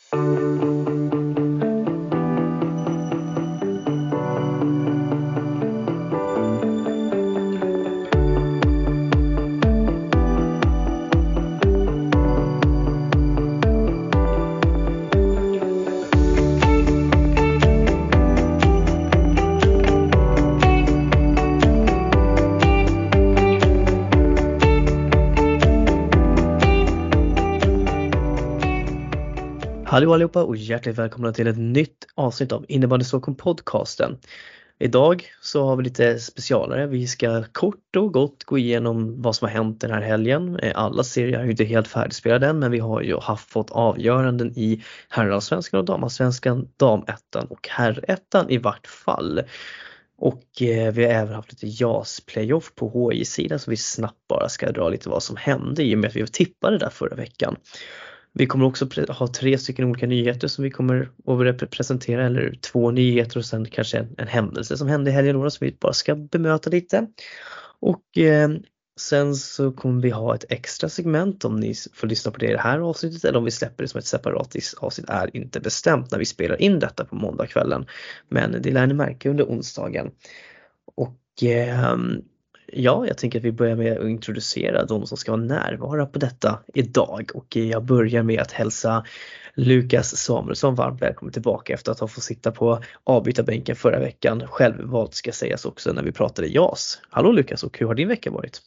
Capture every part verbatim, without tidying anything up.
Hallå allihopa och hjärtligt välkomna till ett nytt avsnitt av Innebandy Stockholm podcasten. Idag så har vi lite specialare. Vi ska kort och gott gå igenom vad som har hänt den här helgen. Alla serier är ju inte helt färdigspelade än, men vi har ju haft fått avgöranden i herrallsvenskan och damallsvenskan, damettan och herrettan i vart fall. Och eh, vi har även haft lite J A S-playoff på H I-sidan, så vi snabbt bara ska dra lite vad som hände i och med att vi tippade där förra veckan. Vi kommer också pre- ha tre stycken olika nyheter som vi kommer att rep- presentera, eller två nyheter och sen kanske en, en händelse som hände i helgen då, som vi bara ska bemöta lite. Och eh, sen så kommer vi ha ett extra segment om ni får lyssna på det i det här avsnittet, eller om vi släpper det som ett separat avsnitt är inte bestämt när vi spelar in detta på måndagskvällen. Men det lär ni märka under onsdagen. Och eh, ja, jag tänker att vi börjar med att introducera de som ska vara närvara på detta idag. Och jag börjar med att hälsa Lukas Samuelsson varmt välkommen tillbaka efter att ha fått sitta på avbytarbänken förra veckan. Självvalt ska sägas också när vi pratade J A S. Hallå Lukas, och hur har din vecka varit?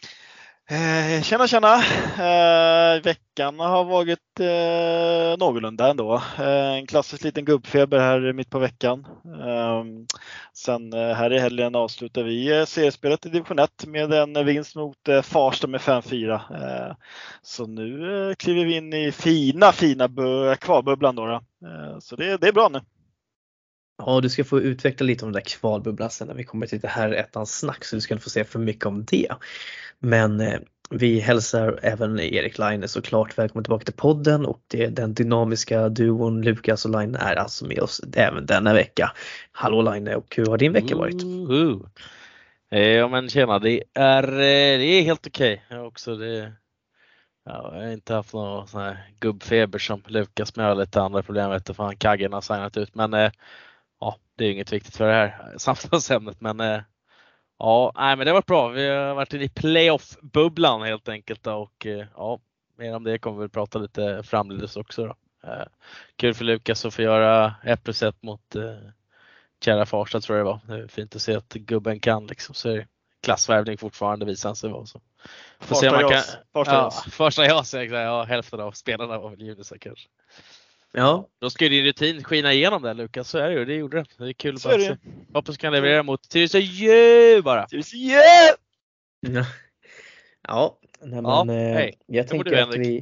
Eh, tjena tjena, eh, veckan har varit eh, någorlunda ändå. Eh, en klassisk liten gubbfeber här mitt på veckan. Eh, sen eh, här i helgen avslutar vi eh, seriespelet i division ett med en vinst mot eh, Farsta med fem fyra. Eh, så nu eh, kliver vi in i fina fina bu- kvalbubblan då. då. Eh, så det, det är bra nu. Ja, du ska få utveckla lite om den där kvalbubblan sen när vi kommer till det här ettans snack, så du ska få se för mycket om det. Men eh, vi hälsar även Erik Line såklart välkommen tillbaka till podden, och det, den dynamiska duon Lukas och Line är alltså med oss även denna vecka. Hallå Line, och hur har din vecka varit? Uh, uh. Ja men tjena, det är, det är helt okej. Jag har också det, ja, jag har inte haft någon sån här gubbfeber som Lukas, med och lite andra problem, vet du, för han Kaggen har signat ut. Men ja, det är inget viktigt för det här samtalsämnet. Men ja, nej, men det har varit bra. Vi har varit i playoff-bubblan helt enkelt. Och ja, mer om det kommer vi prata lite framledes också då. Kul för Lukas att få göra ett plus ett mot kära Farsta, tror jag det var. Det är fint att se att gubben kan liksom. Så är det klassvärvning fortfarande, visar han sig vara så. Får se om man kan... Första ja, första jag säger, ja, hälften av spelarna var väl junisar kanske. Ja. Då ska ju din rutin skina igenom det, Lukas. Så är det ju, det gjorde det. Det är kul så bara är se. Hoppas kan leverera mot Tyresö bara. Tyresö! Yeah! Ja, nej, men ja, eh, hej. jag Det tänker du, att vi...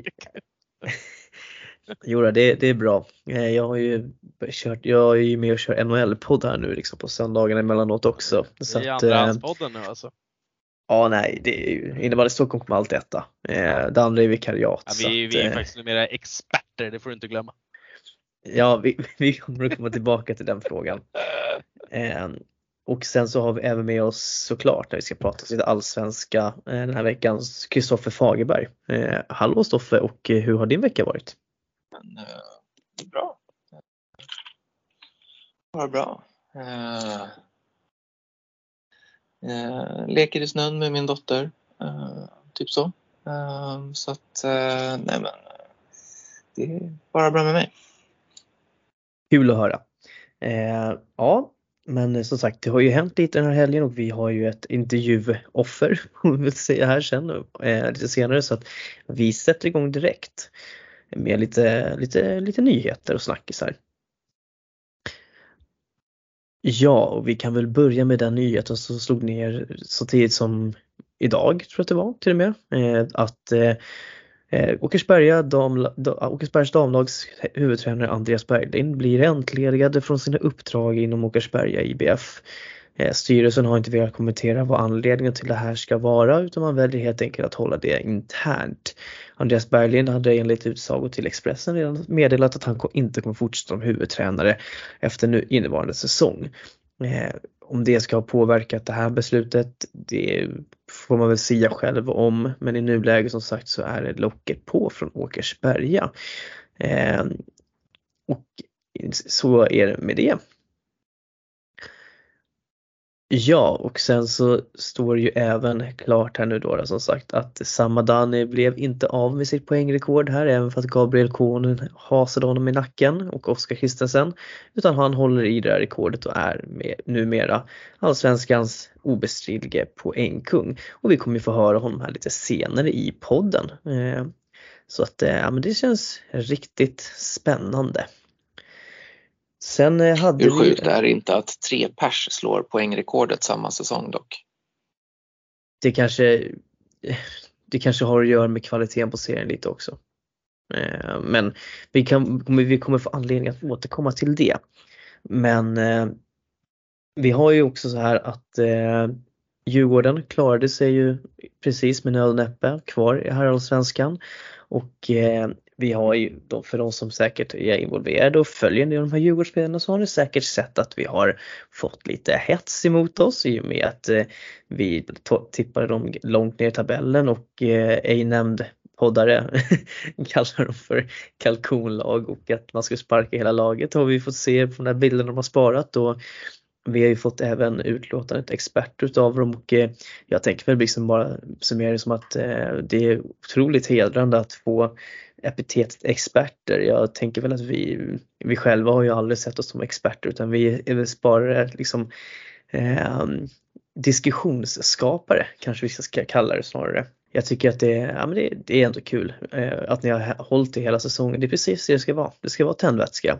Jo, det, det är bra. Jag har ju kört, jag är ju med och kör N H L-podd här nu liksom på söndagarna emellanåt också. Så det är att, andrahandspodden nu alltså. Ja, nej, det är ju Innebandy Stockholm kommer allt detta. Eh, det andra är vikariat. Ja, vi, att, vi är eh, faktiskt numera experter, det får du inte glömma. Ja, vi, vi kommer att komma tillbaka till den frågan. Eh, och sen så har vi även med oss såklart, när vi ska prata lite allsvenska eh, den här veckan, Kristoffer Fagerberg. Eh, hallå Stoffe, och eh, hur har din vecka varit? Men, uh, det är bra. Bara bra. Uh, uh, leker i snön med min dotter. Uh, typ så. Uh, så att, uh, nej men, det är bara bra med mig. Kul att höra. Eh, ja, men som sagt, det har ju hänt lite den här helgen, och vi har ju ett intervjuoffer, om vi vill säga här sen, eh, lite senare, så att vi sätter igång direkt med lite, lite, lite nyheter och snackisar. Ja, och vi kan väl börja med den nyheten som slog ner så tidigt som idag, tror jag att det var till och med, eh, att eh, Åkersberga dam, Åkersbergs damlags huvudtränare Andreas Berglind blir entledigad från sina uppdrag inom Åkersberga I B F. Styrelsen har inte velat kommentera vad anledningen till det här ska vara, utan man väljer helt enkelt att hålla det internt. Andreas Berglind hade enligt utsago till Expressen redan meddelat att han inte kommer fortsätta som huvudtränare efter nu innevarande säsong. Eh, om det ska ha påverkat det här beslutet, det får man väl säga själv om, men i nuläget som sagt så är det locket på från Åkersberga. Eh, Och så är det med det. Ja, och sen så står ju även klart här nu då, som sagt, att Samadani blev inte av med sitt poängrekord här, även för att Gabriel Kohnen hasade honom i nacken och Oskar Christensen, utan han håller i det här rekordet och är med, numera allsvenskans obestridlige poängkung. Och vi kommer ju få höra honom här lite senare i podden. Eh, så att ja, men det känns riktigt spännande. Sen hade Hur sjukt vi... är det inte att tre pers slår poängrekordet samma säsong dock? Det kanske, det kanske har att göra med kvaliteten på serien lite också. Men vi, kan, vi kommer få anledning att återkomma till det. Men vi har ju också så här att Djurgården klarade sig ju precis med nöd och näppe kvar i herrallsvenskan. Och vi har ju, då, för de som säkert är involverade och följer de här Djurgårdsspelarna, så har ni säkert sett att vi har fått lite hets emot oss i och med att eh, vi tippade dem långt ner i tabellen och eh, ej nämnd poddare kallar dem för kalkonlag och att man ska sparka hela laget, har vi fått se på den här bilden de har sparat. Och vi har ju fått även utlåtandet experter utav dem och eh, jag tänker väl liksom bara summera det som att eh, det är otroligt hedrande att få epitetet experter. Jag tänker väl att vi, vi själva har ju aldrig sett oss som experter, utan vi är väl bara liksom eh, diskussionsskapare, kanske vi ska kalla det snarare. Jag tycker att det, ja, men det, det är ändå kul eh, att ni har hållit det hela säsongen. Det är precis det det ska vara. Det ska vara tändvätska.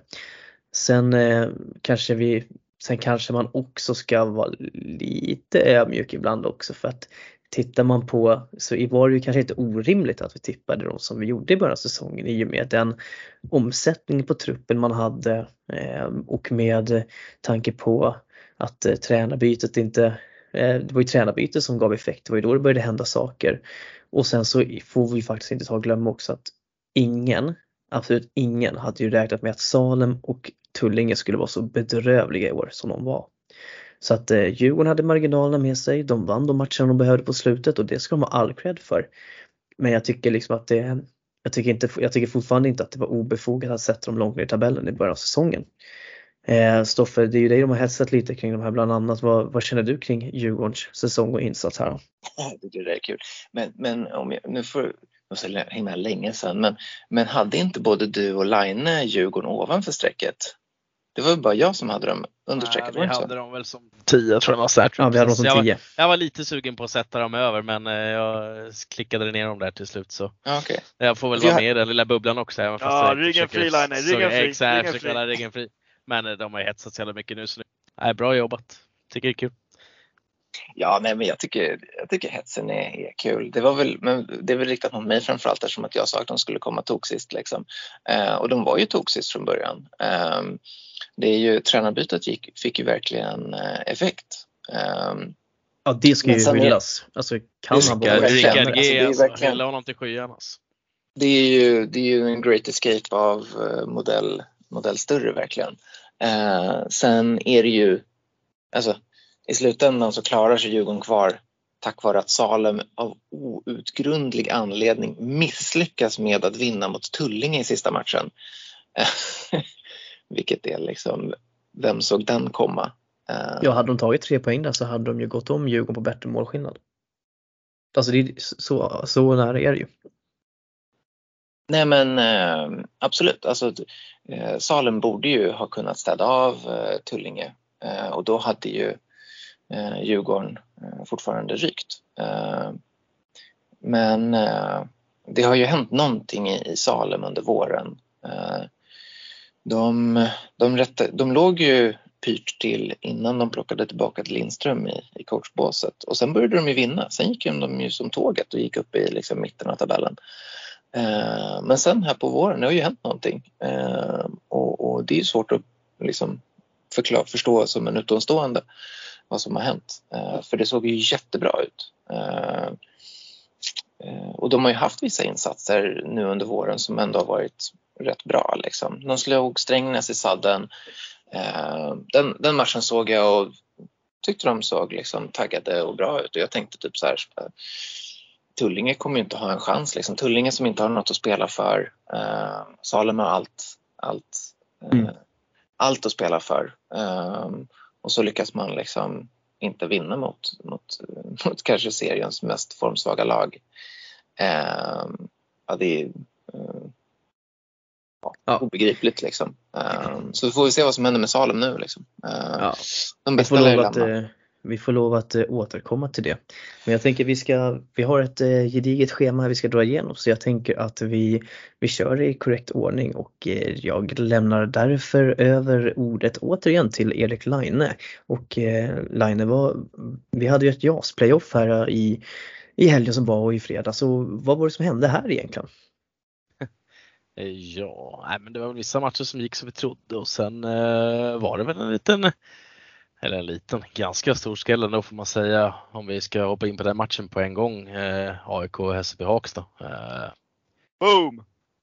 Sen eh, kanske vi Sen kanske man också ska vara lite ödmjuk ibland också, för att tittar man på, så var det ju kanske inte orimligt att vi tippade de som vi gjorde i början av säsongen, i och med den omsättningen på truppen man hade eh, och med tanke på att eh, tränarbytet inte, eh, det var ju tränarbytet som gav effekt, det var ju då det började hända saker. Och sen så får vi faktiskt inte ta och glömma också att ingen, absolut ingen hade ju räknat med att Salem och Tullinge skulle vara så bedrövliga i år som de var. Så att eh, Djurgården hade marginalerna med sig. De vann de matcherna de behövde på slutet och det ska de ha all cred för. Men jag tycker liksom att det, jag tycker inte, jag tycker fortfarande inte att det var obefogat att sätta dem långt ner i tabellen i början av säsongen. Eh, Stoffer, det är ju dig de har hetsat lite kring de här bland annat. Vad, vad känner du kring Djurgårdens säsong och insats här? Det tycker det är kul. Men, men om jag, nu får jag så himla länge sedan, men, men hade inte både du och Line Djurgården ovanför strecket? Det var ju bara jag som hade dem under strecket. Nej, vi hade dem väl som tio, tror jag var säkert. Ja, vi hade dem som jag, tio. Var, jag var lite sugen på att sätta dem över, men jag klickade ner dem där till slut. Så ja, okay. Jag får väl vi vara har... med i den lilla bubblan också. Även fast ja, jag ryggen fri, Line, ryggen fri. Exakt, ryggen fri. ryggen fri. Men de har ju hetsat så jävla mycket nu. Så nu. Nej, bra jobbat. Tycker det är kul. Ja, nej, men jag tycker, jag tycker hetsen är, är kul. Det var väl, men det är väl riktat mot mig framförallt, eftersom att jag sa att de skulle komma toksist liksom. Eh, och de var ju toksist från början. Eh, det är ju, tränarbytet gick, fick ju verkligen eh, effekt. Eh, ja, det ska ju hyllas. Alltså, kan han bara Rickard G, alltså, alltså, hylla honom till skyarna. Alltså. Det är ju, det är ju en great escape av uh, modell, modell större verkligen. Eh, sen är det ju, alltså i slutändan så klarar sig Djurgården kvar tack vare att Salem av outgrundlig anledning misslyckas med att vinna mot Tullinge i sista matchen. Vilket är liksom, vem såg den komma? Ja, hade de tagit tre poäng där så hade de ju gått om Djurgården på bättre målskillnad. Alltså det är så, så nära är det ju. Nej, men eh, absolut. Alltså, eh, Salem borde ju ha kunnat städa av eh, Tullinge. Eh, och då hade ju eh, Djurgården eh, fortfarande rykt. Eh, men eh, det har ju hänt någonting i, i Salem under våren. Eh, de, de, rätta, de låg ju pyrt till innan de plockade tillbaka till Lindström i, i coachbåset. Och sen började de ju vinna. Sen gick de ju som tåget och gick upp i liksom, mitten av tabellen. Eh, men sen här på våren, det har ju hänt någonting. Eh, och, och det är ju svårt att liksom förklara, förstå som en utomstående vad som har hänt. Eh, för det såg ju jättebra ut. Eh, eh, och de har ju haft vissa insatser nu under våren som ändå har varit rätt bra. Liksom. De slog Strängnäs i sadden. Eh, den, den matchen såg jag och tyckte de såg liksom taggade och bra ut. Och jag tänkte typ så här, Tullinge kommer ju inte ha en chans. Liksom. Tullinge som inte har något att spela för. Eh, Salem har allt, allt Mm. allt att spela för. Um, och så lyckas man liksom inte vinna mot, mot, mot kanske seriens mest formsvaga lag. Um, ja, det är uh, ja, Ja. obegripligt liksom. Um, så får vi se vad som händer med Salem nu liksom. Uh, Ja. de Vi bästa får lär lov att, lämna. eh, vi får lov att eh, återkomma till det. Men jag tänker vi ska, vi har ett eh, gediget schema vi ska dra igenom, så jag tänker att vi, vi kör i korrekt ordning, och eh, jag lämnar därför över ordet återigen till Erik Line. Och eh, Line, var, vi hade ju ett J A S-playoff här i, i helgen som var och i fredag, så vad var det som hände här egentligen? Ja, nej, men det var väl vissa matcher som gick som vi trodde, och sen eh, var det väl en liten, eller en liten, ganska stor skräll ändå får man säga, om vi ska hoppa in på den matchen på en gång. eh, A I K och Hässelby Hawks då. Eh, Boom!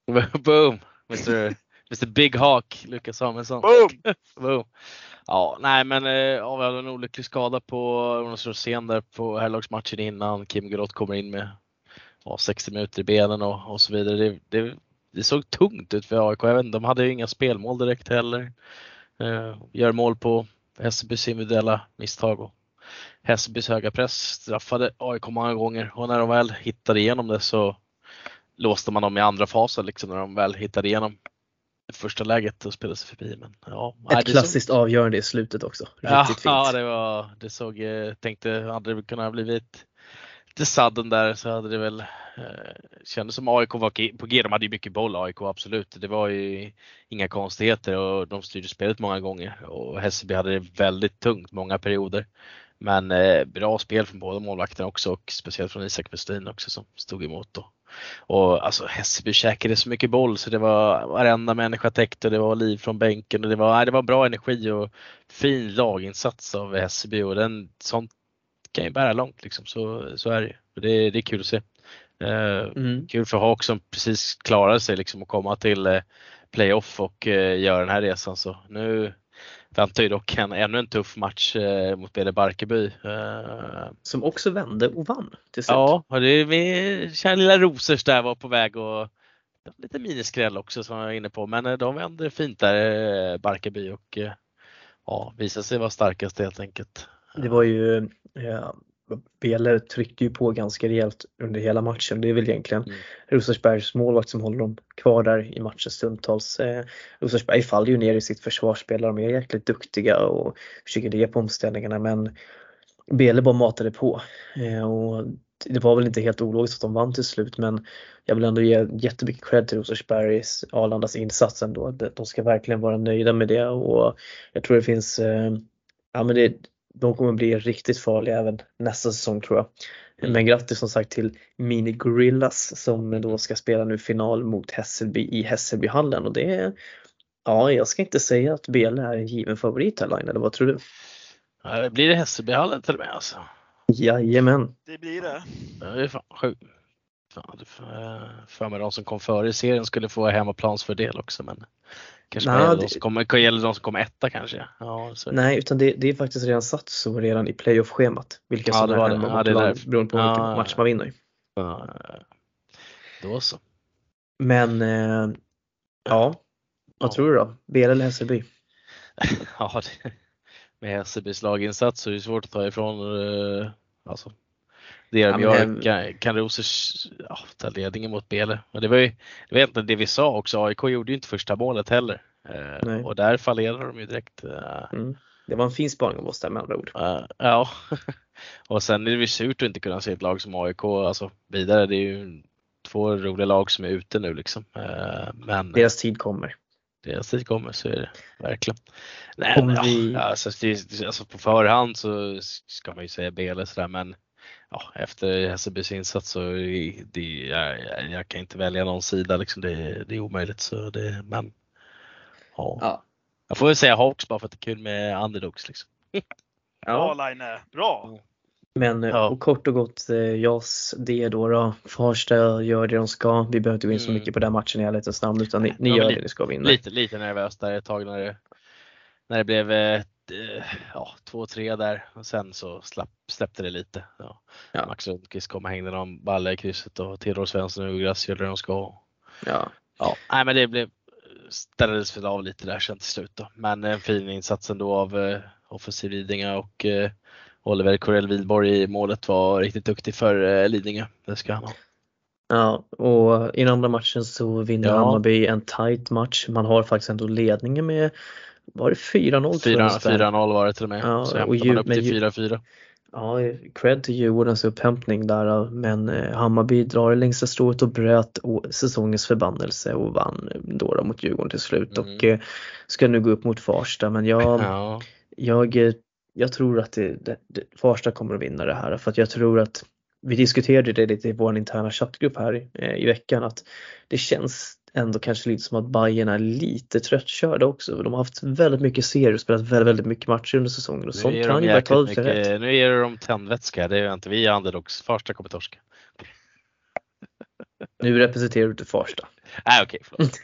boom! mister mister Big Hawk, Lukas Samuelsson. Boom! Boom! Ja, nej men eh, ja, vi hade en olycklig skada på Jonas Rosén där på herrlagsmatchen innan. Kim Gulott kommer in med ja, sextio minuter i benen och, och så vidare. Det, det, det såg tungt ut för A I K. Jag vet inte, de hade ju inga spelmål direkt heller. Eh, gör mål på Hässelbys individuella misstag, och Hässelbys höga press straffade A I K många gånger, och när de väl hittade igenom det så låste man dem i andra fasen liksom, när de väl hittade igenom första läget och spelade sig förbi. Men ja, Ett nej, klassiskt såg... avgörande i slutet också. Riktigt ja, fint. Ja, det var, det såg, tänkte, hade det kunnat blivit lite sudden där så hade det väl eh, kändes som A I K var på G. De hade ju mycket boll, A I K absolut. Det var ju inga konstigheter och de styrde spelet många gånger, och Hässelby hade det väldigt tungt många perioder. Men eh, bra spel från båda målvakterna också, och speciellt från Isak Westin också som stod emot då. Och alltså Hässelby käkade så mycket boll så det var varenda människa täckt, och det var liv från bänken, och det var, nej, det var bra energi och fin laginsats av Hässelby, och den sånt kan ju bära långt liksom, så, så är det ju. Det, det är kul att se. Eh, Mm. Kul för Hawk som precis klarade sig liksom att komma till eh, playoff och eh, göra den här resan. Så nu väntar ju dock en, ännu en tuff match eh, mot B D Barkarby. Eh, Som också vände och vann till slut. ja, och det är med kära lilla Rosers där var på väg, och lite miniskräll också som jag var inne på. Men eh, de vände fint där, eh, Barkarby, och eh, ja, visade sig vara starkast helt enkelt. Det var ju, ja, Bele tryckte ju på ganska rejält under hela matchen. Det är väl egentligen mm. Rosersbergs målvakt som håller dem kvar där i matchen stundtals. Eh, Rosersberg faller ju ner i sitt försvarsspel. De är jäkligt duktiga och försöker det på omställningarna, men Bele bara matade på. Eh, och det var väl inte helt ologiskt att de vann till slut, men jag vill ändå ge jättemycket cred till Rosersbergs Arlandas insats ändå. De ska verkligen vara nöjda med det, och jag tror det finns, eh, ja men det de kommer bli riktigt farliga även nästa säsong tror jag. Mm. Men grattis som sagt till Mini Gorillas som då ska spela nu final mot Hässelby i Hässelbyhallen, och det är, ja, jag ska inte säga att Bele är en given favorit här, Line, eller vad tror du? Ja, det blir det Hässelbyhallen till och med alltså. Jajamän. Det blir det. Ja, det är fan sjukt. För mig de som kom före i serien skulle få hemmaplansfördel också, men kanske Nah, gäller, det... de som kommer, gäller de som kommer etta kanske. Ja, så. Nej, utan det, det är faktiskt redan satt så redan i playoff-schemat. Vilka ja, som det är var hemma det. mot Ja, lag beroende på ja, vilken match man vinner. Ja, då så. Men äh, ja, vad ja. tror du då? Bele eller Hässelby? Ja, det, med Hässelbys laginsats så är det svårt att ta ifrån uh, alltså. Det de ja, gör, kan, kan Rosers ja, ta ledningen mot Bele. Och det var ju det var egentligen det vi sa också. A I K gjorde ju inte första målet heller. Eh, och där fallerade de ju direkt. Eh. Mm. Det var en fin spaning av oss där med andra ord. Uh, ja. Och sen är det ju surt att inte kunna se ett lag som A I K alltså, vidare. Det är ju två roliga lag som är ute nu liksom. Uh, men deras tid kommer. Deras tid kommer, så är det verkligen. Nej, Om ja, vi... alltså, alltså på förhand så ska man ju säga Bele sådär, men ja, efter Hässelbys insats så det, jag, jag kan inte välja någon sida liksom, det, det är omöjligt, så det, men ja. ja. Jag får väl säga Hawks bara för att det är kul med underdogs liksom. Ja, Line, bra. Men ja. Och kort och gott, J A S det då då, Farsta gör det de ska. Vi behöver inte gå in så mm. mycket på den matchen i ärlighetens namn, utan ni, ni ja, gör lite, det ni ska vinna. Lite, lite nervöst där ett tag när det, när det blev ja, två tre där, och sen så slapp, släppte det lite. Ja. Ja. Max Lundqvist kom och hängde någon balle i krysset, och Theodor Svensson och Ugras gör det de ska. Ja. Ja, nej men det blev ställdes väl av lite där sen till slut då. Men en fin insats ändå av eh, offensiv Lidingö och eh, Oliver Corell Wilborg i målet var riktigt duktig för eh, Lidingö. Det ska han ha. Ja, och i den andra matchen så vinner Ja. Hammarby en tight match. Man har faktiskt ändå ledningen med, var det fyra noll? fyra noll var det till och med. Ja, så och hämtar ju, man upp till ju, fyra fyra. Ja, cred till Djurgårdens upphämtning där, men eh, Hammarby drar det längsta strået och bröt å, säsongens förbannelse och vann då, då mot Djurgården till slut Mm. och eh, ska nu gå upp mot Farsta, men jag, Ja. jag, jag tror att det, det, det, Farsta kommer att vinna det här, för att jag tror att vi diskuterade det lite i vår interna chattgrupp här eh, i veckan, att det känns ändå kanske lite som att Bayern är lite tröttkörda också. De har haft väldigt mycket serier och spelat väldigt, väldigt mycket matcher under säsongen och sånt kan ju bara ta ut rätt. Nu ger de tändvätska, det är inte vi underdogs. Farsta kommer torska. Nu representerar du inte Farsta. Nej, okej, förlåt.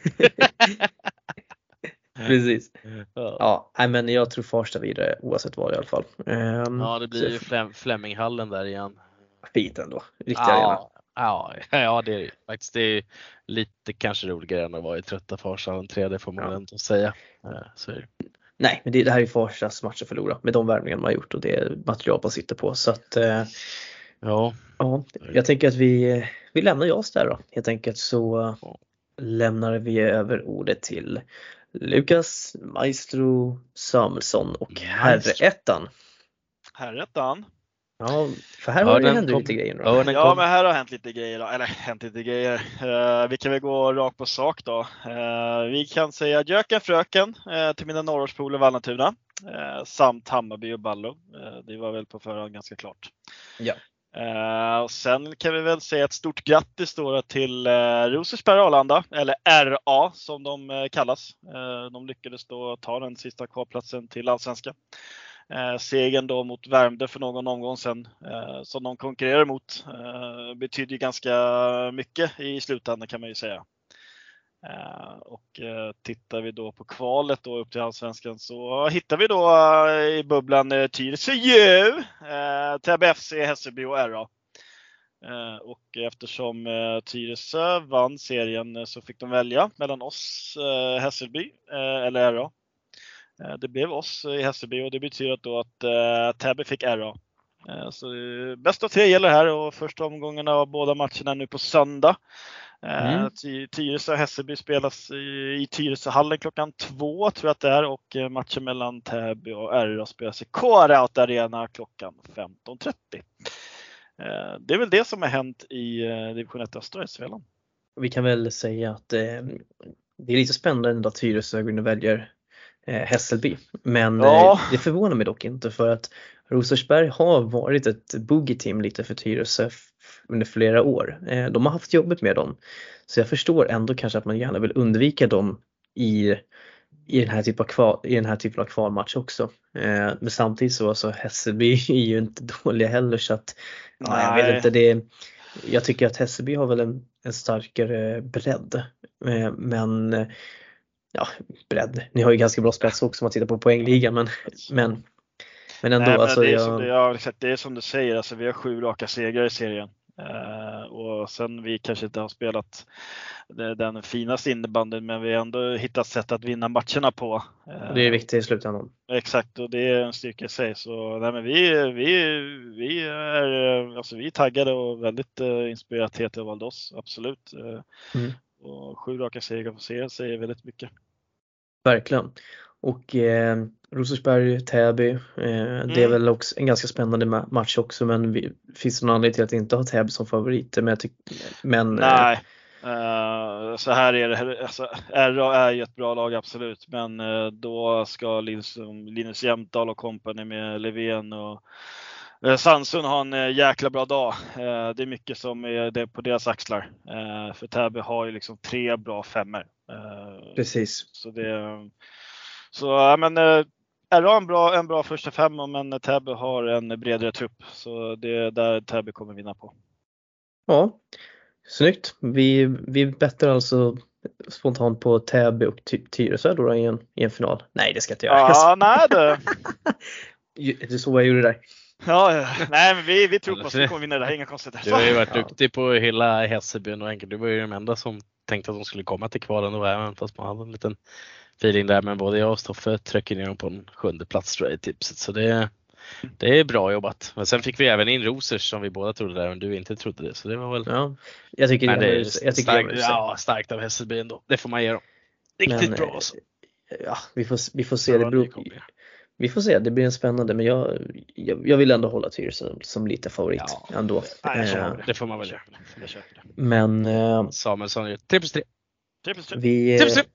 Precis. Ja, Ja, nej, men jag tror Farsta vidare oavsett vad i alla fall. Um, ja det blir ju Flem, Fleminghallen där igen. Fint ändå. Riktigt ja. Ja, ja, det är ju faktiskt det är lite kanske roligare än att vara i trötta Farshallen tre, det får man ja. inte säga. Så är det. Nej, men det, det här är Farstas match att förlora med de värvningar man har gjort och det material man sitter på. Så att, eh, ja. ja, jag tänker att vi, vi lämnar JAS där då. Helt enkelt så ja. lämnar vi över ordet till Lukas Maestro Samuelsson och Herrettan. Herrettan. Ja, för här har det hänt lite grejer nu. Ja, ja men här har hänt lite grejer då. Eller hänt lite grejer. Uh, vi kan väl gå rakt på sak då. Uh, vi kan säga Jöken Fröken uh, till mina norrorspolare Vallentuna. Uh, samt Hammarby och Ballo. Uh, det var väl på förhand ganska klart. Ja. Uh, och sen kan vi väl säga ett stort grattis då till uh, Rosersberg Arlanda, eller R A som de uh, kallas. Uh, de lyckades då ta den sista kvalplatsen till Allsvenskan. Eh, segern då mot Värmdö för någon omgång sedan eh, som de konkurrerar mot eh, betyder ganska mycket i slutändan kan man ju säga. Eh, och eh, tittar vi då på kvalet då upp till Allsvenskan så hittar vi då eh, i bubblan eh, Tyresö, eh, Täby F C, Hässelby och R A. Eh, och eftersom eh, Tyresö vann serien eh, så fick de välja mellan oss, eh, Hässelby eh, eller R A. Det blev oss i Hässelby och det betyder att då att uh, Täby fick R A. Uh, så uh, bäst av tre gäller här och första omgången av båda matcherna nu på söndag. Uh, mm. Tyresö och Hässelby spelas i, i Tyresöhallen klockan två tror jag att det är och uh, matchen mellan Täby och R A spelas i K-Raut Arena klockan femton trettio. Uh, det är väl det som har hänt i uh, division ett Östra i Svealand. Vi kan väl säga att uh, det är lite spännande att Tyresö går in och väljer Hässelby, men ja. det förvånar mig dock inte för att Rosersberg har varit ett boogie-team lite för Tyresö under flera år. De har haft jobbet med dem, så jag förstår ändå kanske att man gärna vill undvika dem i, i, den, här typen av kval, i den här typen av kvalmatch också. Men samtidigt så alltså, Hässelby är ju inte dåliga heller så att nej, jag vet inte det. Jag tycker att Hässelby har väl en, en starkare bredd, men ja, bredd. Ni har ju ganska bra spets också om man tittar på poängligan, men, men, men ändå. Nej, men alltså, det, är jag... som det, ja, det är som du säger, alltså, vi har sju raka segrar i serien. Uh, och sen vi kanske inte har spelat den finaste innebandyn, men vi har ändå hittat sätt att vinna matcherna på. Uh, det är viktigt i slutändan. Exakt, och det är en styrka i sig. Så nej, men vi, vi, vi, är, alltså, vi är taggade och väldigt uh, inspirerat till att jag valde oss, absolut. Uh, mm. Och sju raka segrar på serien säger väldigt mycket. Verkligen. Och eh, Rosersberg, Täby, eh, mm. det är väl också en ganska spännande match också, men vi, finns det någon anledning till att inte ha Täby som favoriter? Men, men nej, eh, uh, så här är det. Alltså, R A är ju ett bra lag, absolut, men uh, då ska Linus, Linus Jämtdal och kompani med Levén och Sandsund har en jäkla bra dag. Det är mycket som är på deras axlar. För Täby har ju liksom tre bra femmer. Precis. Så det så ja, men R A har en bra en bra första femma, men Täby har en bredare trupp, så det är där Täby kommer vinna på. Ja. Snyggt. Vi vi bettar alltså spontant på Täby och Tyresö då i en i en final. Nej, det ska jag inte göra. Ja, nej det. Det är så jag gjorde där. Ja, ja. Nej, men vi, vi tror på att vi kommer vinna det här, inga konstigheter. Du har ju varit Ja. duktig på hela Hässelbyn och Henke. Du var ju den enda som tänkte att de skulle komma till kvalen och även fast man hade en liten feeling där. Men både jag och Stoffe trycker ner dem på en sjunde plats tror jag i tipset. Så det, det är bra jobbat. Men sen fick vi även in Rosers som vi båda trodde där och du inte trodde det. Så det var väl... Ja, jag tycker Men det, det det, är jag tycker starkt, det var ja, starkt av Hässelby ändå. Det får man ge dem. Riktigt Men, bra alltså. Ja, vi får, vi får se. Det Det var beror, nykomlingar. vi får se, det blir en spännande, men jag, jag, jag vill ändå hålla Tyresö som, som lite favorit Ja. ändå. Nej, jag köper Eh, det. Det får man väl Jag göra. köper det. Jag köper det. men eh, Samuelsson gör tre plus tre. Tre plus tre. vi, tre plus tre.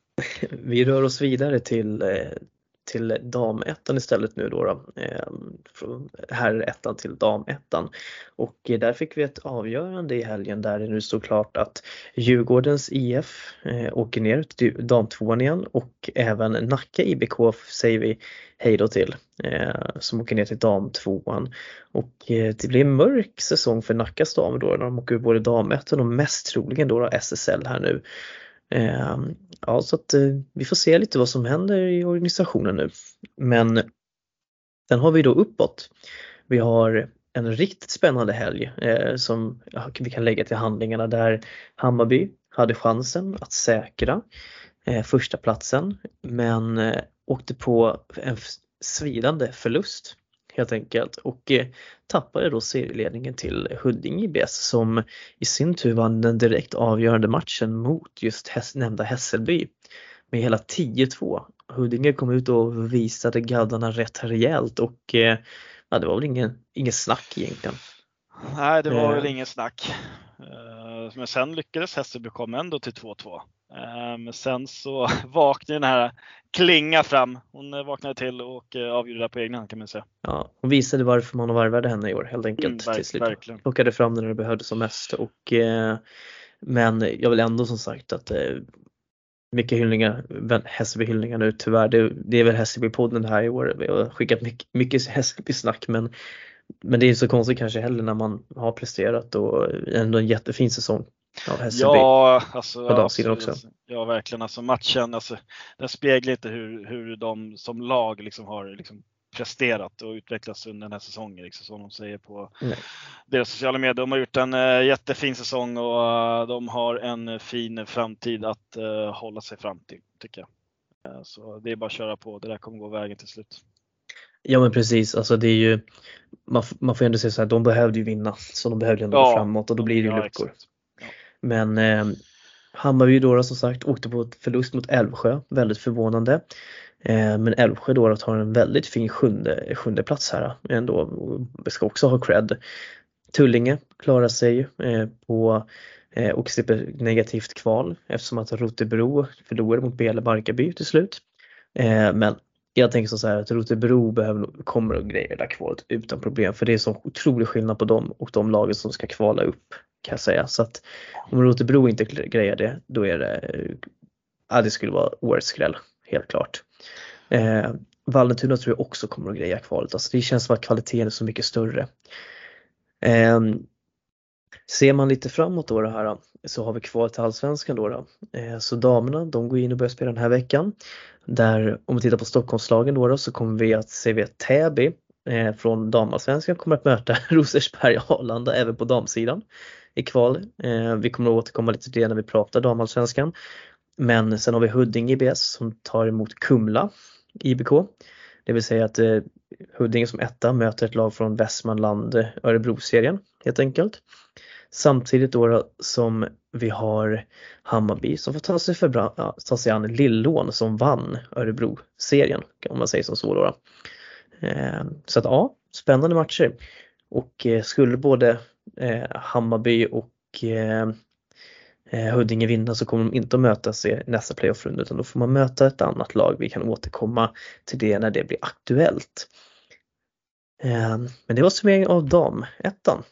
vi rör oss vidare till, eh, till damettan istället nu då. då. Eh, från herrettan till damettan. Och eh, där fick vi ett avgörande i helgen där det nu stod klart att Djurgårdens I F eh, åker ner till damtvåan igen och även Nacka I B K säger vi hej då till eh, som åker ner till damtvåan. Och eh, det blir en mörk säsong för Nackas dam då. De åker både damettan och mest troligen då, då S S L här nu. Eh, ja, så att eh, vi får se lite vad som händer i organisationen nu. Men sen har vi då uppåt. Vi har en riktigt spännande helg eh, som ja, vi kan lägga till handlingarna där Hammarby hade chansen att säkra eh, första platsen men eh, åkte på en f- svidande förlust helt enkelt och eh, tappade då serieledningen till Huddinge I B S som i sin tur vann den direkt avgörande matchen mot just häst, nämnda Hässelby med hela tio två. Huddinge kom ut och visade gaddarna rätt rejält och eh, ja, det var väl ingen, ingen snack egentligen. Nej, det var Eh. väl ingen snack. Eh, Men sen lyckades Hässelby komma ändå till två två. Eh, Men sen så vaknade den här Klinga fram. Hon eh, vaknade till och eh, avgjorde det på egen hand kan man säga. Ja, hon visade varför man varvade henne i år helt enkelt Mm, verk- till slut. verkligen. Plockade fram när det behövdes som mest. Och, eh, men jag vill ändå som sagt att eh, mycket hyllningar, Hässelby-hyllningar nu tyvärr. Det, det är väl Hässelby-podden här i år. Vi har skickat mycket, mycket Hässelby-snack men, men det är så konstigt kanske heller när man har presterat och ändå en jättefin säsong av Hässelby. Ja, alltså, på damsidan alltså, också. ja, verkligen. Alltså matchen, alltså, den speglar inte hur, hur de som lag liksom har liksom presterat och utvecklats under den här säsongen. Liksom, som de säger på Nej. deras sociala medier. De har gjort en uh, jättefin säsong och uh, de har en fin framtid att uh, hålla sig fram till, tycker jag. Uh, så det är bara att köra på. Det där kommer gå vägen till slut. Ja men precis, alltså det är ju man, man får ändå säga så här, de behövde ju vinna så de behövde ändå Ja. gå framåt och då blir det ju Ja, luckor. exakt. Ja. Men eh, Hammarby då som sagt åkte på ett förlust mot Älvsjö, väldigt förvånande. Eh, men Älvsjö då tar en väldigt fin sjunde, sjunde plats här ändå och vi ska också ha cred. Tullinge klarar sig eh, på eh, och slipper negativt kval eftersom att Rotebro förlorade mot Bele Barkarby till slut. Eh, men jag tänker så här att Rotebro behöver, kommer att greja det där kvalet utan problem för det är så otrolig skillnad på dem och de lagen som ska kvala upp kan jag säga. Så att om Rotebro inte grejar det då är det, ja, det skulle vara årets skräll helt klart. Eh, Vallentuna tror jag också kommer att greja kvalet. Alltså det känns som att kvaliteten är så mycket större. Eh, ser man lite framåt då det här så har vi kvar till Allsvenskan då. då. Eh, så damerna de går in och börjar spela den här veckan. Där om vi tittar på Stockholmslagen då, då så kommer vi att se att Täby eh, från damallsvenskan kommer att möta Rosersberg och Arlanda även på damsidan i kval. Eh, vi kommer att återkomma lite till det när vi pratar damallsvenskan. Men sen har vi Huddinge I B S som tar emot Kumla I B K. Det vill säga att eh, Huddinge som etta möter ett lag från Västmanland Örebro-serien helt enkelt. Samtidigt då som vi har Hammarby som får ta sig, för bra, ja, ta sig an Lillån som vann Örebro-serien om man säger som så då. Eh, så att ja, spännande matcher. Och eh, skulle både eh, Hammarby och eh, Huddinge vinna så kommer de inte att mötas i nästa playoff-runda utan då får man möta ett annat lag. Vi kan återkomma till det när det blir aktuellt. Eh, men det var summering av damettan.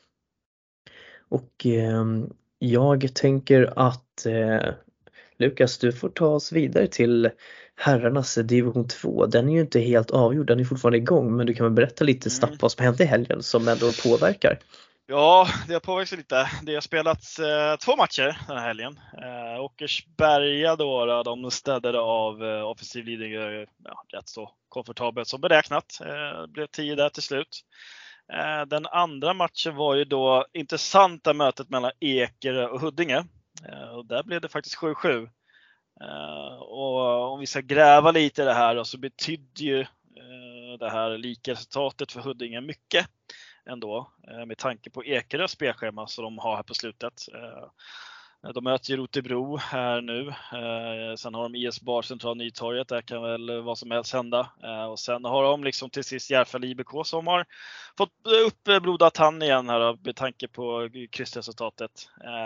Och eh, jag tänker att eh, Lukas, du får ta oss vidare till herrarnas division två. Den är ju inte helt avgjord, den är fortfarande igång, men du kan väl berätta lite snabbt vad som hände i helgen som ändå påverkar. Ja, det har påverkat lite. Det har spelats eh, två matcher den här helgen. Eh, Åkersberga då, då, de städade av eh, offensiv Lidingö ja, rätt så komfortabelt som beräknat. Eh, det blev tio där till slut. Eh, den andra matchen var ju då intressanta mötet mellan Ekerö och Huddinge. Eh, och där blev det faktiskt sju sju. Eh, och om vi ska gräva lite i det här då, så betydde ju eh, det här lika resultatet för Huddinge mycket ändå, med tanke på Ekerös spelschema som de har här på slutet. De möter ju Rotebro här nu. Sen har de I S Bar Central Nytorget. Där kan väl vad som helst hända. Och sen har de liksom till sist Järfälla I B K som har fått upp blodat hand igen här med tanke på kryssresultatet.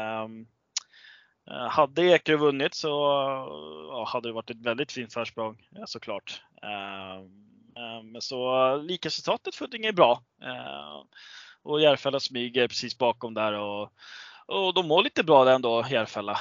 Hade Ekerö vunnit så ja, hade det varit ett väldigt fint försprång såklart. Men så lika resultatet för Huddinge är bra. Och Järfälla smyger precis bakom där och, och de mår lite bra där ändå, Järfälla.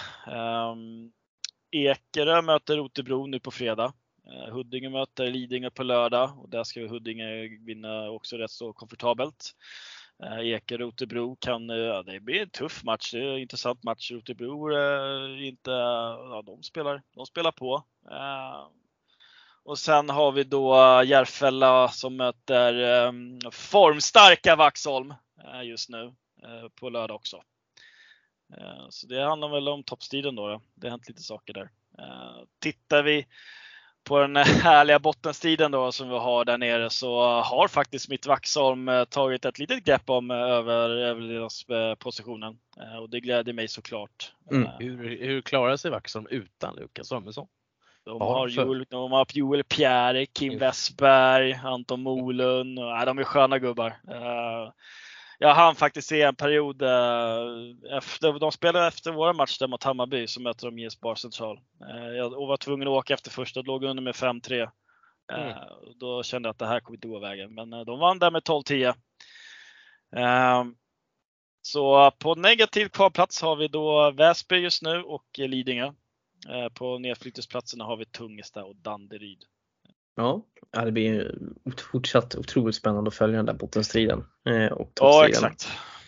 Ekerö möter Rotebro nu på fredag. Huddinge möter Lidingö på lördag och där ska Huddinge vinna också rätt så komfortabelt. Ekerö Rotebro kan, ja, det blir en tuff match, det är en intressant match. Rotebro inte, ja, de spelar, de spelar på. Och sen har vi då Järfälla som möter um, formstarka Vaxholm uh, just nu uh, på lördag också. Uh, så det handlar väl om toppstriden då, då. Det har hänt lite saker där. Uh, tittar vi på den härliga bottenstriden då som vi har där nere så har faktiskt mitt Vaxholm uh, tagit ett litet grepp om uh, över överlevnadspositionen. Uh, och det gläder mig såklart. Mm. Uh, hur, hur klarar sig Vaxholm utan Lukas Samuelsson? De har, Joel, de har Joel Pierre, Kim Westberg, Anton Molund. Ja, de är sköna gubbar. Uh, jag hann faktiskt se en period uh, efter, de spelade efter våra match där mot Hammarby så möter de I S Bar Central. Uh, jag var tvungen att åka efter första, låg under med fem tre. Uh, mm. Då kände jag att det här kommer inte gå vägen. Men uh, de vann där med tolv tio. Uh, så på negativ kvalplats har vi då Väsby just nu och Lidingö. På nedflyttningsplatserna har vi Tungesta och Danderyd. Ja, det blir fortsatt otroligt spännande att följa den där bottenstriden. Och ja, exakt.